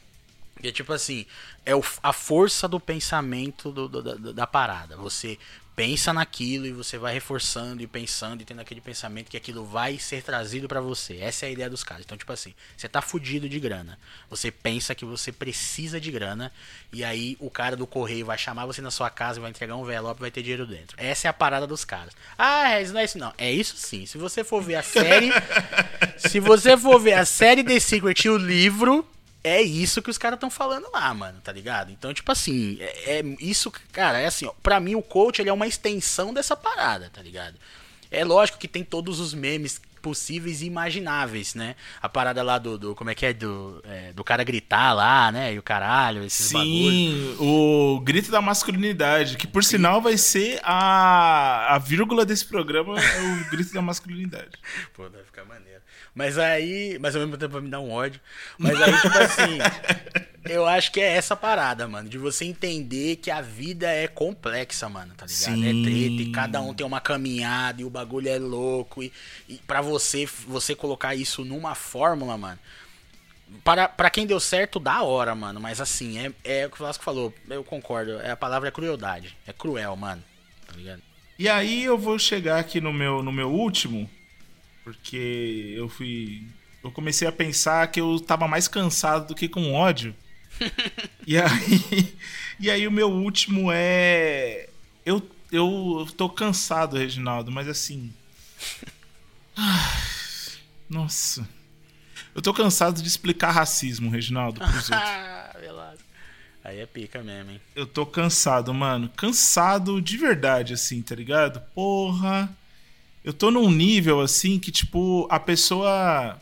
E é tipo assim, é o, a força do pensamento do, do, da, da parada. Você pensa naquilo e você vai reforçando e pensando e tendo aquele pensamento que aquilo vai ser trazido pra você. Essa é a ideia dos caras. Então, tipo assim, você tá fudido de grana. Você pensa que você precisa de grana e aí o cara do correio vai chamar você na sua casa e vai entregar um envelope e vai ter dinheiro dentro. Essa é a parada dos caras. Ah, isso não é isso não. É isso sim. Se você for ver a série... se você for ver a série The Secret e o livro... É isso que os caras estão falando lá, mano, tá ligado? Então, tipo assim, é, é isso, cara, é assim, ó, pra mim o coach ele é uma extensão dessa parada, tá ligado? É lógico que tem todos os memes possíveis e imagináveis, né? A parada lá do, do como é que é, do, é, do cara gritar lá, né? E o caralho, esses Sim, bagulhos. O grito da masculinidade, que por sinal vai ser a, a vírgula desse programa, é o grito da masculinidade. Pô, vai ficar maneiro. Mas aí, mas ao mesmo tempo vai me dar um ódio. Mas aí, tipo assim, eu acho que é essa parada, mano, de você entender que a vida é complexa, mano, tá ligado? Sim. É treta e cada um tem uma caminhada e o bagulho é louco. E, e pra você, você colocar isso numa fórmula, mano, para, pra quem deu certo, da hora, mano. Mas assim, é, é o que o Vasco falou, eu concordo, é, a palavra é crueldade. É cruel, mano, tá ligado? E aí eu vou chegar aqui no meu, no meu último, porque eu fui... Eu comecei a pensar que eu tava mais cansado do que com ódio. E aí, e aí o meu último é... Eu, eu tô cansado, Reginaldo, mas assim... Nossa. Eu tô cansado de explicar racismo, Reginaldo, pros outros. Aí é pica mesmo, hein? Eu tô cansado, mano. Cansado de verdade, assim, tá ligado? Porra... Eu tô num nível, assim, que, tipo, a pessoa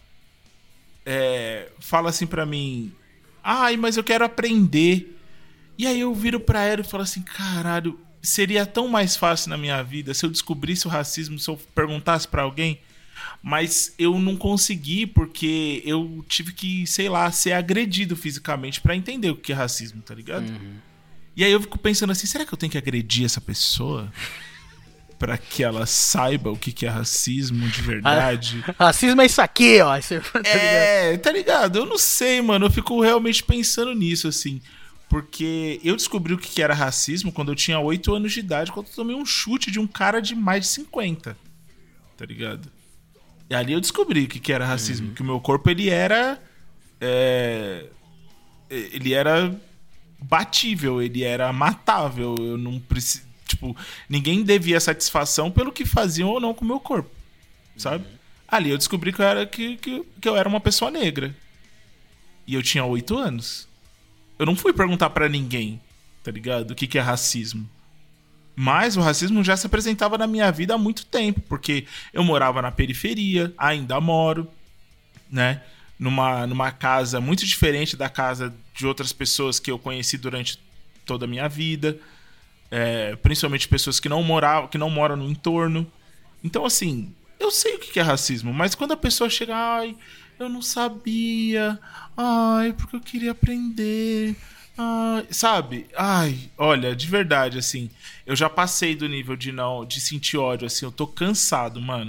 é, fala assim pra mim, ai, mas eu quero aprender. E aí eu viro pra ela e falo assim, caralho, seria tão mais fácil na minha vida se eu descobrisse o racismo, se eu perguntasse pra alguém, mas eu não consegui porque eu tive que, sei lá, ser agredido fisicamente pra entender o que é racismo, tá ligado? Uhum. E aí eu fico pensando assim, será que eu tenho que agredir essa pessoa? Pra que ela saiba o que é racismo de verdade. Ah, racismo é isso aqui, ó. Tá é, tá ligado? Eu não sei, mano. Eu fico realmente pensando nisso, assim. Porque eu descobri o que era racismo quando eu tinha oito anos de idade, quando eu tomei um chute de um cara de mais de cinquenta. Tá ligado? E ali eu descobri o que era racismo. Uhum. Que o meu corpo, ele era... É, ele era batível, ele era matável. Eu não preciso... Tipo, ninguém devia satisfação pelo que faziam ou não com o meu corpo, sabe? Uhum. Ali eu descobri que eu, era, que, que, que eu era uma pessoa negra. E eu tinha oito anos. Eu não fui perguntar pra ninguém, tá ligado? O que, que é racismo. Mas o racismo já se apresentava na minha vida há muito tempo, porque eu morava na periferia, ainda moro, né? Numa, numa casa muito diferente da casa de outras pessoas que eu conheci durante toda a minha vida. É, principalmente pessoas que não moram, que não moram no entorno. Então, assim, eu sei o que é racismo, mas quando a pessoa chega, ai, eu não sabia, ai, porque eu queria aprender, ai, sabe? Ai, olha, de verdade, assim, eu já passei do nível de não, de sentir ódio, assim, eu tô cansado, mano,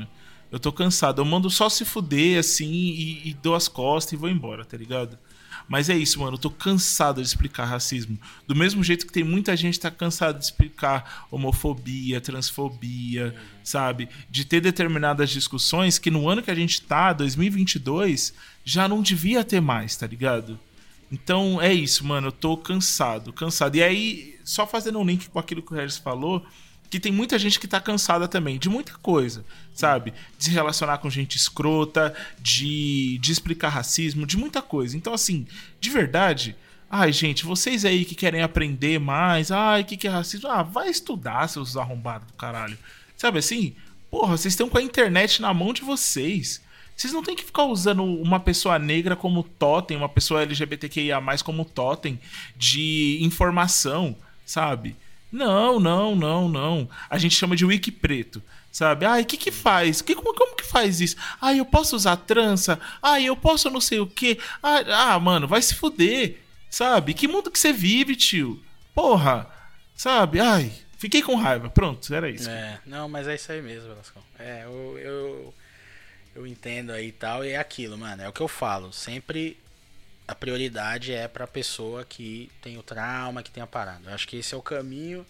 Eu tô cansado. Eu mando só se fuder, assim, e, e dou as costas e vou embora, tá ligado? Mas é isso, mano. Eu tô cansado de explicar racismo. Do mesmo jeito que tem muita gente que tá cansada de explicar homofobia, transfobia, uhum. sabe? De ter determinadas discussões que no ano que a gente tá, dois mil e vinte e dois, já não devia ter mais, tá ligado? Então é isso, mano. Eu tô cansado, cansado. E aí, só fazendo um link com aquilo que o Regis falou, que tem muita gente que tá cansada também de muita coisa, sabe? De se relacionar com gente escrota, de, de explicar racismo, de muita coisa. Então, assim, de verdade, ai, gente, vocês aí que querem aprender mais, ai, o que, que é racismo? Ah, vai estudar, seus arrombados do caralho. Sabe assim? Porra, vocês estão com a internet na mão de vocês. Vocês não tem que ficar usando uma pessoa negra como totem, uma pessoa L G B T Q I A mais, como totem de informação, sabe? Não, não, não, não. A gente chama de wiki preto, sabe? Ai, o que que faz? Que, como, como que faz isso? Ai, eu posso usar trança? Ai, eu posso não sei o quê? Ah, ah, mano, vai se fuder, sabe? Que mundo que você vive, tio? Porra, sabe? Ai, fiquei com raiva. Pronto, era isso. É, não, mas é isso aí mesmo, Velascão. É, eu, eu, eu entendo aí e tal, e é aquilo, mano. É o que eu falo. Sempre a prioridade é pra pessoa que tem o trauma, que tem a parada. Eu acho que esse é o caminho.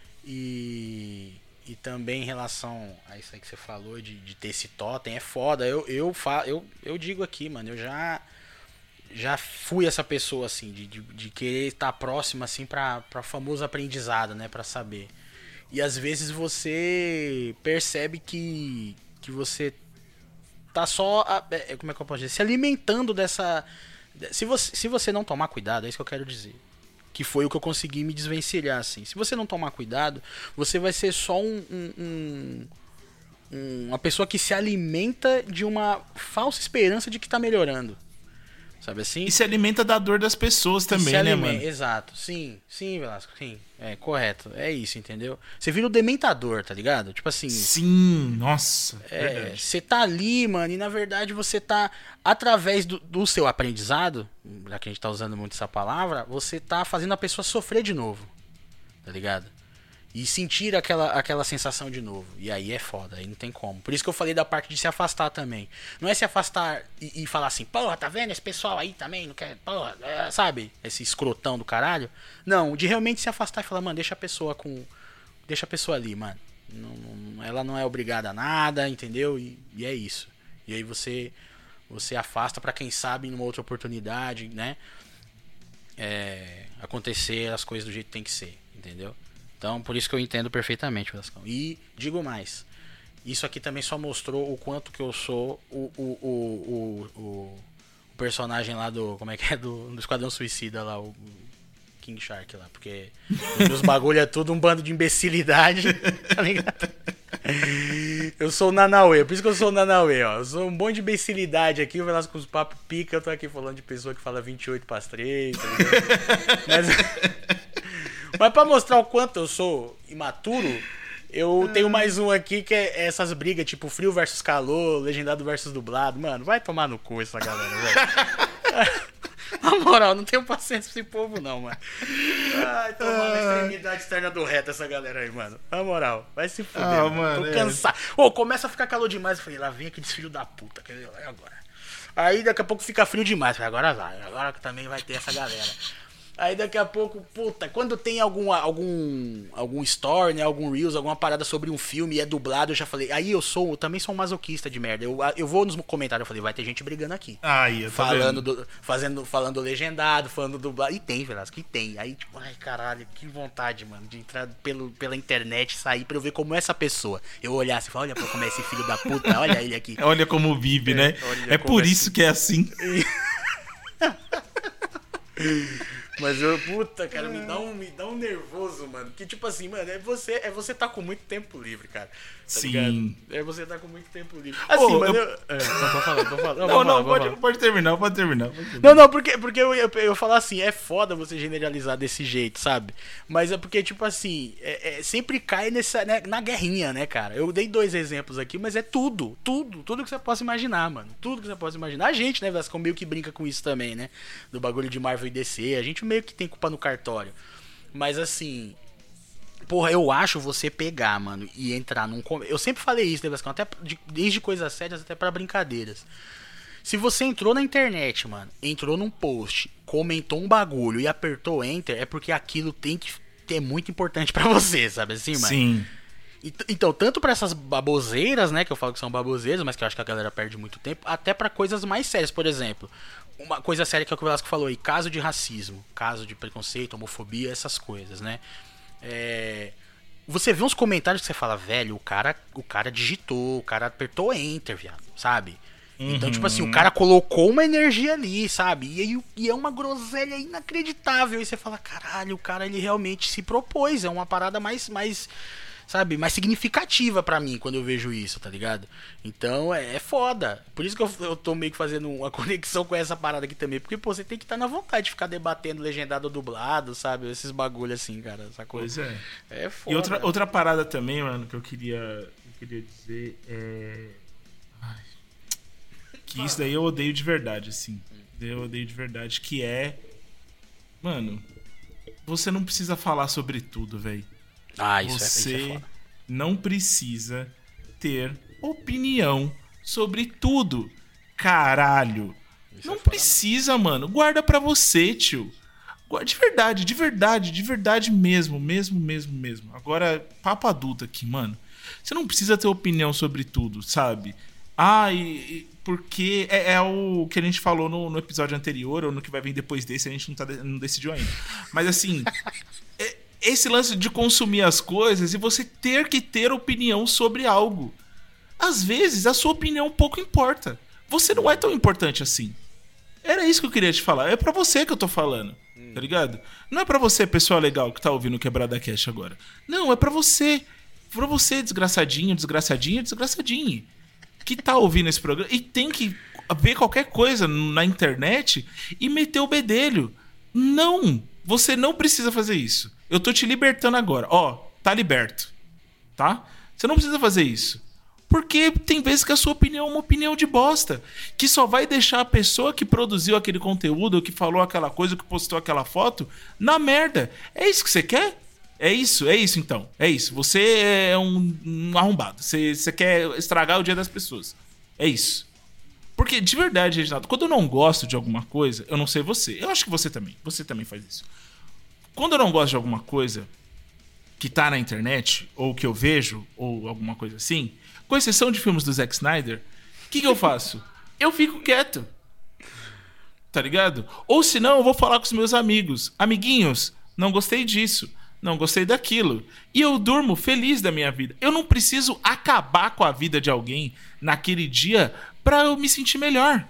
E, e também em relação a isso aí que você falou de, de ter esse totem, é foda. Eu, eu, fa, eu, eu digo aqui, mano, eu já já fui essa pessoa, assim, de, de, de querer estar próximo, assim, pra, pra famoso aprendizado, né, pra saber. E às vezes você percebe que, que você tá só, como é que eu posso dizer, se alimentando dessa... Se você, se você não tomar cuidado, é isso que eu quero dizer. Que foi o que eu consegui me desvencilhar, assim. Se você não tomar cuidado, você vai ser só um, um, um, um, uma pessoa que se alimenta de uma falsa esperança de que tá melhorando. Sabe assim? E se alimenta da dor das pessoas também, né, alimenta, mano? Exato. Sim, sim, Velasco, sim. É, correto. É isso, entendeu? Você vira o dementador, tá ligado? Tipo assim... Sim, nossa. É, você tá ali, mano, e na verdade você tá, através do, do seu aprendizado, já que a gente tá usando muito essa palavra, você tá fazendo a pessoa sofrer de novo, tá ligado? E sentir aquela, aquela sensação de novo. E aí é foda, aí não tem como. Por isso que eu falei da parte de se afastar também. Não é se afastar e, e falar assim, porra, tá vendo? Esse pessoal aí também não quer, porra, é, sabe? Esse escrotão do caralho. Não, de realmente se afastar e falar, mano, deixa a pessoa com... Deixa a pessoa ali, mano. Não, não, ela não é obrigada a nada, entendeu? E, e é isso. E aí você, você afasta pra quem sabe numa outra oportunidade, né? É, acontecer as coisas do jeito que tem que ser, entendeu? Então, por isso que eu entendo perfeitamente, Velascão. E digo mais, isso aqui também só mostrou o quanto que eu sou o, o, o, o, o personagem lá do... Como é que é? Do, do Esquadrão Suicida lá, o King Shark lá. Porque os meus bagulho é tudo um bando de imbecilidade, tá ligado? Eu sou o Nanauê, por isso que eu sou o Nanauê, ó. Eu sou um monte de imbecilidade aqui, o Velasco com os papos pica, eu tô aqui falando de pessoa que fala vinte e oito para as três, tá ligado? Mas... Mas pra mostrar o quanto eu sou imaturo, eu tenho mais um aqui que é essas brigas, tipo frio versus calor, legendado versus dublado. Mano, vai tomar no cu essa galera, velho. Na moral, não tenho paciência pra esse povo não, mano. Ai, tomando a extremidade externa do reto essa galera aí, mano. Na moral, vai se fuder, ah, mano. Tô cansado. Ô, oh, começa a ficar calor demais. Eu falei, lá vem aqueles filhos da puta. Quer dizer, agora. Aí daqui a pouco fica frio demais. Eu falei, agora vai. Agora também vai ter essa galera. Aí daqui a pouco, puta, quando tem algum, algum, algum story, né, algum reels, alguma parada sobre um filme e é dublado, eu já falei, aí eu sou, eu também sou um masoquista de merda, eu, eu vou nos comentários, eu falei, vai ter gente brigando aqui. Aí, eu tô falando do, fazendo, falando legendado, falando dublado, e tem, Velasco, e tem. Aí tipo, ai caralho, que vontade, mano, de entrar pelo, pela internet, sair pra eu ver como é essa pessoa. Eu olhar assim, olha como é esse filho da puta, olha ele aqui. Olha como vive, é, né? É por isso assim. Que é assim. Mas eu, puta, cara, me dá um, me dá um nervoso, mano. Que tipo assim, mano, é você, é você tá com muito tempo livre, cara. Tá Sim. Ligado? É você tá com muito tempo livre. Assim, oh, mano, eu... eu... É, não, tô falando, tô falando. Não, não, não falar, pode, pode terminar, pode terminar, pode terminar. Não, não, porque, porque eu, eu, eu falar assim, é foda você generalizar desse jeito, sabe? Mas é porque, tipo assim, é, é, sempre cai nessa, né, na guerrinha, né, cara? Eu dei dois exemplos aqui, mas é tudo, tudo, tudo que você possa imaginar, mano. Tudo que você possa imaginar. A gente, né, Vasco, meio que brinca com isso também, né? Do bagulho de Marvel e D C. A gente meio que tem culpa no cartório. Mas assim... Porra, eu acho você pegar, mano, e entrar num... Eu sempre falei isso, né, até de, desde coisas sérias até pra brincadeiras. Se você entrou na internet, mano, entrou num post, comentou um bagulho e apertou Enter, é porque aquilo tem que ter muito importante pra você, sabe assim, mano? Sim. Então, tanto pra essas baboseiras, né, que eu falo que são baboseiras, mas que eu acho que a galera perde muito tempo, até pra coisas mais sérias, por exemplo. Uma coisa séria que é o que o Velasco falou aí, caso de racismo, caso de preconceito, homofobia, essas coisas, né? É... Você vê uns comentários que você fala, velho, o cara, o cara digitou, o cara apertou Enter, viado, sabe? Uhum. Então, tipo assim, o cara colocou uma energia ali, sabe? E, e é uma groselha inacreditável. E você fala, caralho, o cara ele realmente se propôs. É uma parada mais, mais sabe, mais significativa pra mim quando eu vejo isso, tá ligado? Então é, é foda. Por isso que eu, eu tô meio que fazendo uma conexão com essa parada aqui também. Porque, pô, você tem que estar na vontade de ficar debatendo legendado ou dublado, sabe? Esses bagulho assim, cara. Essa coisa. Pois é. É foda. E outra, outra parada também, mano, que eu queria, eu queria dizer é. Ai. Que isso daí eu odeio de verdade, assim. Eu odeio de verdade. Que é. Mano, você não precisa falar sobre tudo, velho. Ah, isso você é, isso é foda. Não precisa ter opinião sobre tudo. Caralho. Isso não é foda, precisa, não. Mano. Guarda pra você, tio. De verdade, de verdade, de verdade mesmo. Mesmo, mesmo, mesmo. Agora, papo adulto aqui, mano. Você não precisa ter opinião sobre tudo, sabe? Ah, e, e porque é, é o que a gente falou no, no episódio anterior, ou no que vai vir depois desse, a gente não, tá, não decidiu ainda. Mas assim, é, esse lance de consumir as coisas e você ter que ter opinião sobre algo. Às vezes, a sua opinião pouco importa. Você não é tão importante assim. Era isso que eu queria te falar. É pra você que eu tô falando, hum. tá ligado? Não é pra você, pessoal legal, que tá ouvindo o Quebrada Cash agora. Não, é pra você. Pra você, desgraçadinho, desgraçadinha, desgraçadinho. Que tá ouvindo esse programa e tem que ver qualquer coisa na internet e meter o bedelho. Não, você não precisa fazer isso. Eu tô te libertando agora. Ó, tá liberto, tá? Você não precisa fazer isso. Porque tem vezes que a sua opinião é uma opinião de bosta, que só vai deixar a pessoa que produziu aquele conteúdo, que falou aquela coisa, que postou aquela foto, na merda. É isso que você quer? É isso, é isso então. É isso. Você é um, um arrombado. Você, você quer estragar o dia das pessoas. É isso. Porque, de verdade, Reginaldo, quando eu não gosto de alguma coisa, eu não sei você. Eu acho que você também. Você também faz isso. Quando eu não gosto de alguma coisa que tá na internet, ou que eu vejo, ou alguma coisa assim, com exceção de filmes do Zack Snyder, o que, que eu faço? Eu fico quieto. Tá ligado? Ou senão eu vou falar com os meus amigos. Amiguinhos, não gostei disso. Não gostei daquilo. E eu durmo feliz da minha vida. Eu não preciso acabar com a vida de alguém naquele dia pra eu me sentir melhor.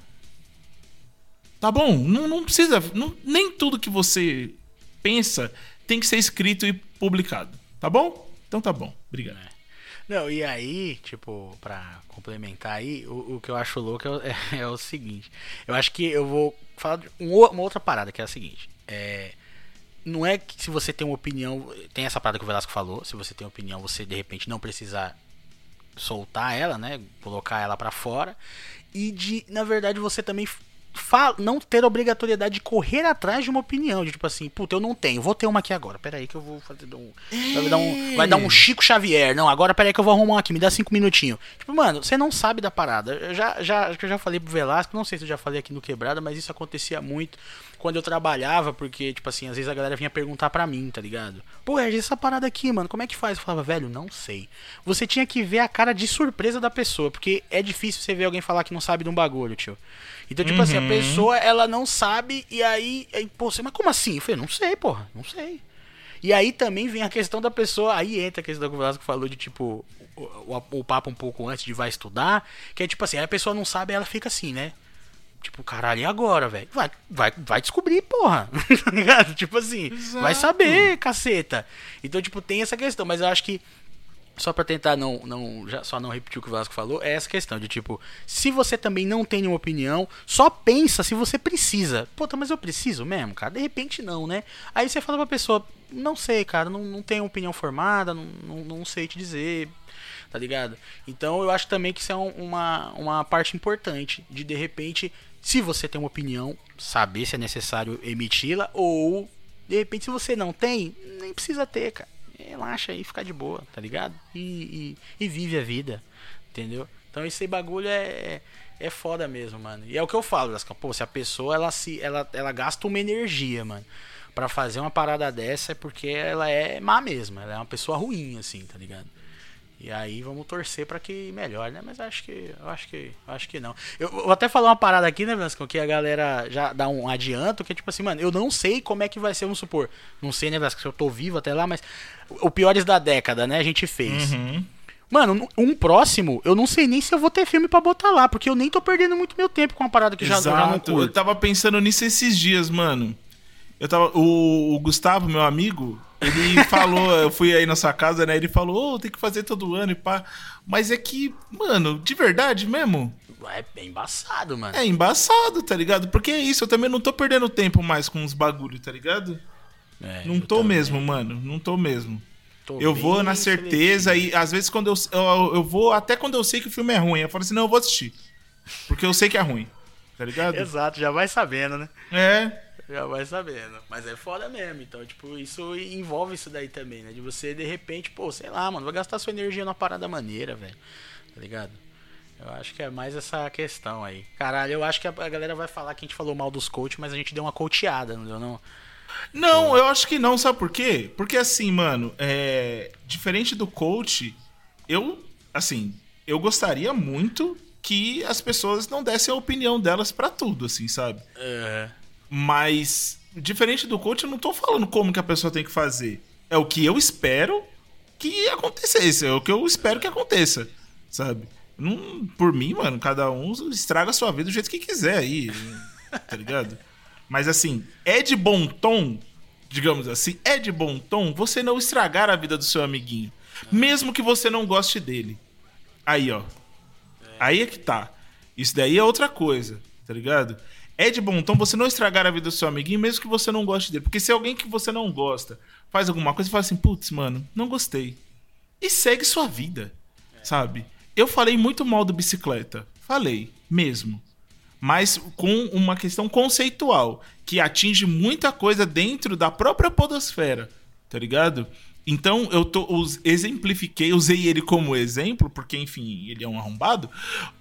Tá bom? Não, não precisa... Não, nem tudo que você pensa tem que ser escrito e publicado. Tá bom? Então tá bom. Obrigado. É. Não, e aí, tipo, pra complementar aí, o, o que eu acho louco é, é, é o seguinte. Eu acho que eu vou falar de uma outra parada, que é a seguinte. É... Não é que se você tem uma opinião... Tem essa parada que o Velasco falou. Se você tem uma opinião, você de repente não precisa soltar ela, né? Colocar ela pra fora. E de, na verdade, você também fa- não ter a obrigatoriedade de correr atrás de uma opinião. De tipo assim, puta, eu não tenho, vou ter uma aqui agora. Pera aí que eu vou fazer um... Vai dar um, vai dar um Chico Xavier. Não, agora pera aí que eu vou arrumar uma aqui. Me dá cinco minutinhos. Tipo, mano, você não sabe da parada. Eu já, já, eu já falei pro Velasco, não sei se eu já falei aqui no Quebrada, mas isso acontecia muito quando eu trabalhava, porque, tipo assim, às vezes a galera vinha perguntar pra mim, tá ligado? Pô, Regis, essa parada aqui, mano, como é que faz? Eu falava, velho, não sei. Você tinha que ver a cara de surpresa da pessoa, porque é difícil você ver alguém falar que não sabe de um bagulho, tio. Então, tipo uhum. assim, a pessoa, ela não sabe, e aí, aí pô, você, mas como assim? Eu falei, não sei, porra, não sei. E aí também vem a questão da pessoa, aí entra a questão que o Velasco falou de, tipo, o, o, o papo um pouco antes de vai estudar, que é tipo assim, aí a pessoa não sabe, ela fica assim, né? Tipo, caralho, e agora, velho? Vai, vai, vai descobrir, porra. Tá ligado? Tipo assim, exato. Vai saber, caceta. Então, tipo, tem essa questão, mas eu acho que, só pra tentar não, não, já, só não repetir o que o Vasco falou, é essa questão de, tipo, se você também não tem nenhuma opinião, só pensa se você precisa. Puta, mas eu preciso mesmo, cara? De repente não, né? Aí você fala pra pessoa, não sei, cara, não, não tenho opinião formada, não, não, não sei te dizer... Tá ligado? Então eu acho também que isso é um, uma, uma parte importante de, de repente, se você tem uma opinião, saber se é necessário emiti-la, ou de repente se você não tem, nem precisa ter, cara. relaxa aí, fica de boa, tá ligado? E, e, e vive a vida, entendeu? Então esse bagulho é, é foda mesmo, mano. E é o que eu falo, Lascão. Pô, se a pessoa, ela, se, ela, ela gasta uma energia, mano, pra fazer uma parada dessa, é porque ela é má mesmo. Ela é uma pessoa ruim, assim, tá ligado? E aí vamos torcer pra que melhore, né? Mas acho que, eu acho que, eu acho que não. Eu vou até falar uma parada aqui, né, Lascão, que a galera já dá um adianto, que é tipo assim, mano, eu não sei como é que vai ser, vamos supor. Não sei, né, Lascão, se eu tô vivo até lá, mas o Piores da Década, né, a gente fez. Uhum. Mano, um próximo, eu não sei nem se eu vou ter filme pra botar lá, porque eu nem tô perdendo muito meu tempo com uma parada que já, eu já não Exato. curto. Eu tava pensando nisso esses dias, mano. Eu tava, o, o Gustavo, meu amigo, ele falou, eu fui aí na sua casa, né? Ele falou, oh, tem que fazer todo ano e pá. Mas é que, mano, de verdade mesmo. É bem embaçado, mano. É embaçado, tá ligado? Porque é isso, eu também não tô perdendo tempo mais com os bagulho, tá ligado? É, não eu tô também. mesmo, mano. Não tô mesmo. Tô Eu bem vou na certeza seletivo. e às vezes quando eu, eu, eu vou, até quando eu sei que o filme é ruim, eu falo assim, não, eu vou assistir. Porque eu sei que é ruim, tá ligado? Exato, já vai sabendo, né? É, Já vai sabendo. Mas é foda mesmo. Então, tipo, isso envolve isso daí também, né? De você, de repente, pô, sei lá, mano, vai gastar sua energia numa parada maneira, velho. Tá ligado? Eu acho que é mais essa questão aí. Caralho, eu acho que a a galera vai falar que a gente falou mal dos coach, mas a gente deu uma coachada, não deu não? não, eu acho que não, sabe por quê? Porque assim, mano, é... diferente do coach, eu, assim, eu gostaria muito que as pessoas não dessem a opinião delas pra tudo, assim, sabe? É. Mas, diferente do coach, eu não tô falando como que a pessoa tem que fazer. É o que eu espero que acontecesse, é o que eu espero que aconteça, sabe? Não, por mim, mano, cada um estraga a sua vida do jeito que quiser aí, tá ligado? Mas assim, é de bom tom, digamos assim, é de bom tom você não estragar a vida do seu amiguinho. Mesmo que você não goste dele. Aí, ó. Aí é que tá. Isso daí é outra coisa, tá ligado? É de bom tom você não estragar a vida do seu amiguinho, mesmo que você não goste dele. Porque se alguém que você não gosta faz alguma coisa e fala assim, putz, mano, não gostei. E segue sua vida, sabe? Eu falei muito mal do Bicicleta. Falei, mesmo. Mas com uma questão conceitual, que atinge muita coisa dentro da própria podosfera, tá ligado? Então eu tô, us, exemplifiquei, usei ele como exemplo, porque, enfim, ele é um arrombado,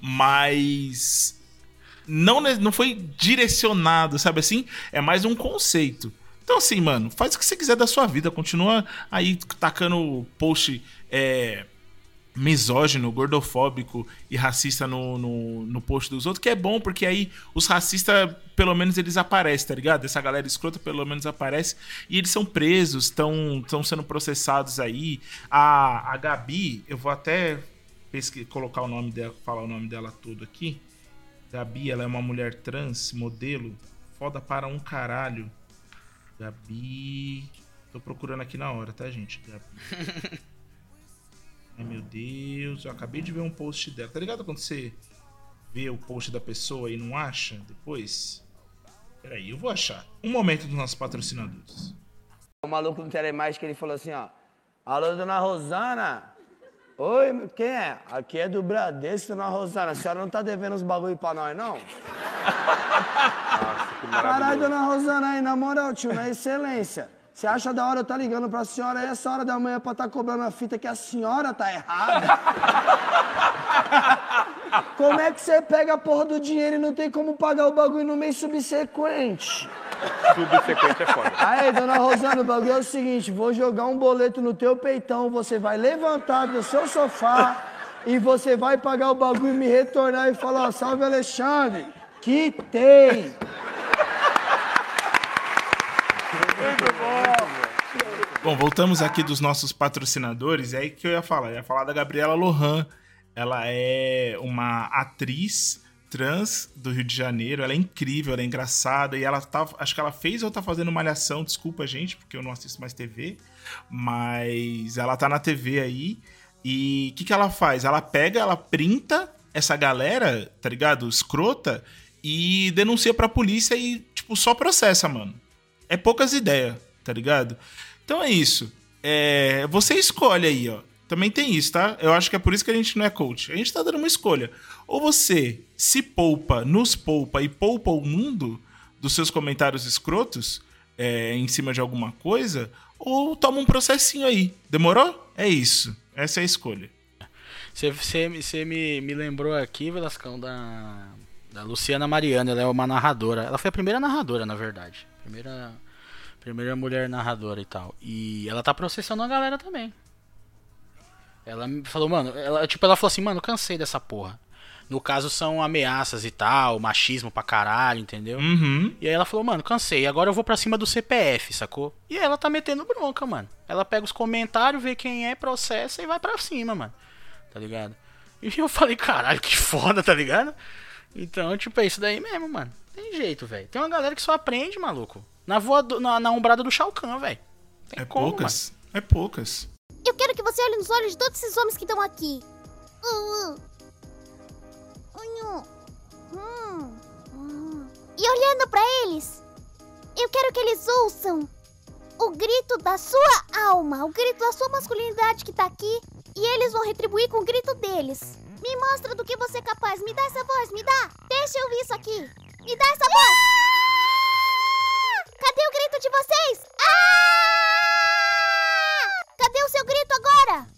mas não, não foi direcionado, sabe assim? É mais um conceito. Então, assim, mano, faz o que você quiser da sua vida, continua aí tacando post é, misógino, gordofóbico e racista no, no, no post dos outros, que é bom, porque aí os racistas, pelo menos, eles aparecem, tá ligado? Essa galera escrota, pelo menos, aparece e eles são presos, estão sendo processados aí. A, a Gabi, eu vou até pesqui, colocar o nome dela, falar o nome dela todo aqui. Gabi, ela é uma mulher trans, modelo, foda para um caralho. Gabi... Tô procurando aqui na hora, tá, gente? Gabi... Ai, meu Deus, eu acabei de ver um post dela. Tá ligado quando você vê o post da pessoa e não acha depois? Peraí, eu vou achar. Um momento dos nossos patrocinadores. O maluco no Telemágica, ele falou assim, ó. Alô, dona Rosana. Oi, quem é? Aqui é do Bradesco, dona Rosana. A senhora não tá devendo uns bagulho pra nós, não? Nossa, que maravilhoso. Caralho, dona Rosana, aí, na moral, tio, na excelência. Você acha da hora eu tá ligando pra senhora aí essa hora da manhã pra tá cobrando a fita que a senhora tá errada? Como é que você pega a porra do dinheiro e não tem como pagar o bagulho no mês subsequente? Subsequente é foda. Aí, dona Rosana, o bagulho é o seguinte, vou jogar um boleto no teu peitão, você vai levantar do seu sofá e você vai pagar o bagulho e me retornar e falar, ó, salve Alexandre, que tem. Bom, voltamos aqui dos nossos patrocinadores. É aí que eu ia falar. Eu ia falar da Gabriela Lohan. Ela é uma atriz trans do Rio de Janeiro. Ela é incrível, ela é engraçada. E ela tá. Acho que ela fez ou tá fazendo Malhação. Desculpa, gente, porque eu não assisto mais T V. Mas ela tá na T V aí. E o que, que ela faz? Ela pega, ela printa essa galera, tá ligado? Escrota. E denuncia pra polícia e, tipo, só processa, mano. É poucas ideias, tá ligado? Então é isso. É, você escolhe aí, ó. Também tem isso, tá? Eu acho que é por isso que a gente não é coach. A gente tá dando uma escolha. Ou você se poupa, nos poupa e poupa o mundo dos seus comentários escrotos, é, em cima de alguma coisa, ou toma um processinho aí. Demorou? É isso. Essa é a escolha. Você me, me lembrou aqui, Velascão, da, da Luciana Mariano. Ela é uma narradora. Ela foi a primeira narradora, na verdade. Primeira, primeira mulher narradora e tal. E ela tá processando a galera também. Ela me falou, mano... Ela, tipo, ela falou assim, mano, cansei dessa porra. No caso, são ameaças e tal, machismo pra caralho, entendeu? Uhum. E aí ela falou, mano, cansei, agora eu vou pra cima do C P F, sacou? E ela tá metendo bronca, mano. Ela pega os comentários, vê quem é, processa e vai pra cima, mano. Tá ligado? E eu falei, caralho, que foda, tá ligado? Então, tipo, é isso daí mesmo, mano. Tem jeito, velho. Tem uma galera que só aprende, maluco. Na, voado, na, na umbrada do Shao Kahn, velho. É como, poucas. Mano. É poucas. Eu quero que você olhe nos olhos de todos esses homens que estão aqui. Uh, uh. Hum, hum. E olhando pra eles, eu quero que eles ouçam o grito da sua alma, o grito da sua masculinidade que tá aqui, e eles vão retribuir com o grito deles. Me mostra do que você é capaz, me dá essa voz, me dá. Deixa eu ouvir isso aqui. Me dá essa voz. Cadê o grito de vocês? Ah! Cadê o seu grito agora?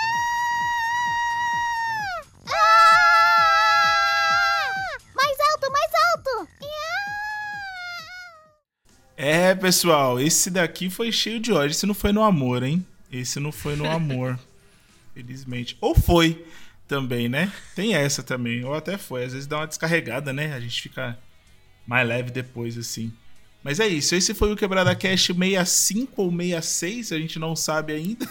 É, pessoal, esse daqui foi cheio de ódio. Esse não foi no amor, hein? Esse não foi no amor. Felizmente. Ou foi também, né? Tem essa também. Ou até foi. Às vezes dá uma descarregada, né? A gente fica mais leve depois, assim. Mas é isso. Esse foi o Quebrada Cast sessenta e cinco ou sessenta e seis. A gente não sabe ainda.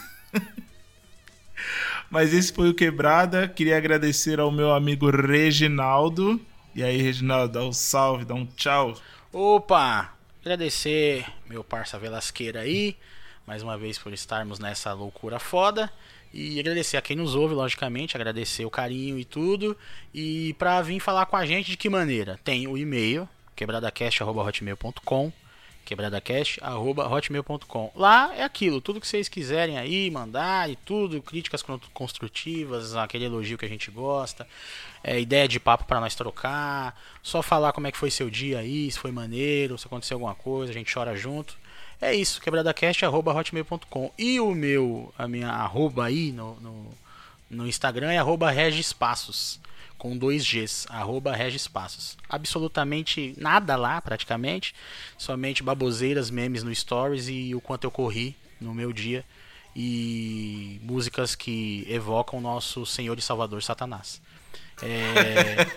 Mas esse foi o Quebrada. Queria agradecer ao meu amigo Reginaldo. E aí, Reginaldo, dá um salve, dá um tchau. Opa! Agradecer meu parça Velasqueira aí, mais uma vez por estarmos nessa loucura foda. E agradecer a quem nos ouve, logicamente, agradecer o carinho e tudo. E pra vir falar com a gente, de que maneira? Tem o e-mail, quebradacast arroba hotmail ponto com, quebradacast arroba hotmail ponto com. Lá é aquilo, tudo que vocês quiserem aí, mandar e tudo, críticas construtivas, aquele elogio que a gente gosta. É, ideia de papo pra nós trocar, só falar como é que foi seu dia aí, se foi maneiro, se aconteceu alguma coisa, a gente chora junto. É isso, quebradacast arroba hotmail ponto com. E o meu, a minha arroba aí no, no, no Instagram é arroba regispassos, com dois Gs, arroba regispassos. Absolutamente nada lá, praticamente, somente baboseiras, memes no Stories e o quanto eu corri no meu dia. E músicas que evocam o nosso Senhor e Salvador Satanás. É...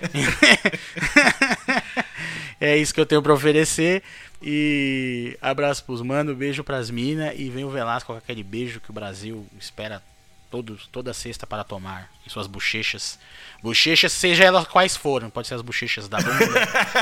é isso que eu tenho pra oferecer. E abraço pros mano, beijo pras minas. E vem o Velasco com aquele beijo que o Brasil espera todo, toda sexta para tomar em suas bochechas. Bochechas, seja elas quais forem. Pode ser as bochechas da bunda.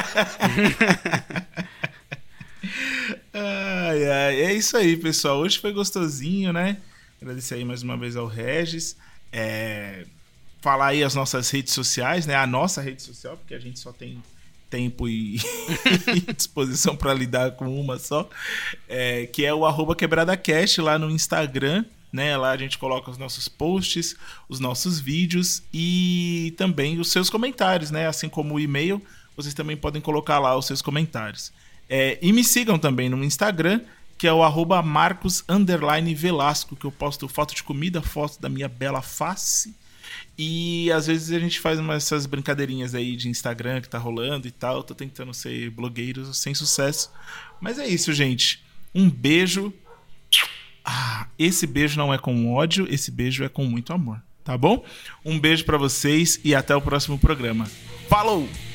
Ai, ai, é isso aí, pessoal. Hoje foi gostosinho, né? Agradecer aí mais uma vez ao Regis. É... Falar aí as nossas redes sociais, né? A nossa rede social, porque a gente só tem tempo e disposição para lidar com uma só. É, que é o arroba quebradacast lá no Instagram, né? Lá a gente coloca os nossos posts, os nossos vídeos e também os seus comentários, né? Assim como o e-mail, vocês também podem colocar lá os seus comentários. É, e me sigam também no Instagram, que é o arroba Marcos underline Velasco, que eu posto foto de comida, foto da minha bela face. E às vezes a gente faz umas, essas brincadeirinhas aí de Instagram que tá rolando e tal. Tô tentando ser blogueiro sem sucesso. Mas é isso, gente. Um beijo. Ah, esse beijo não é com ódio, esse beijo é com muito amor, tá bom? Um beijo pra vocês e até o próximo programa. Falou!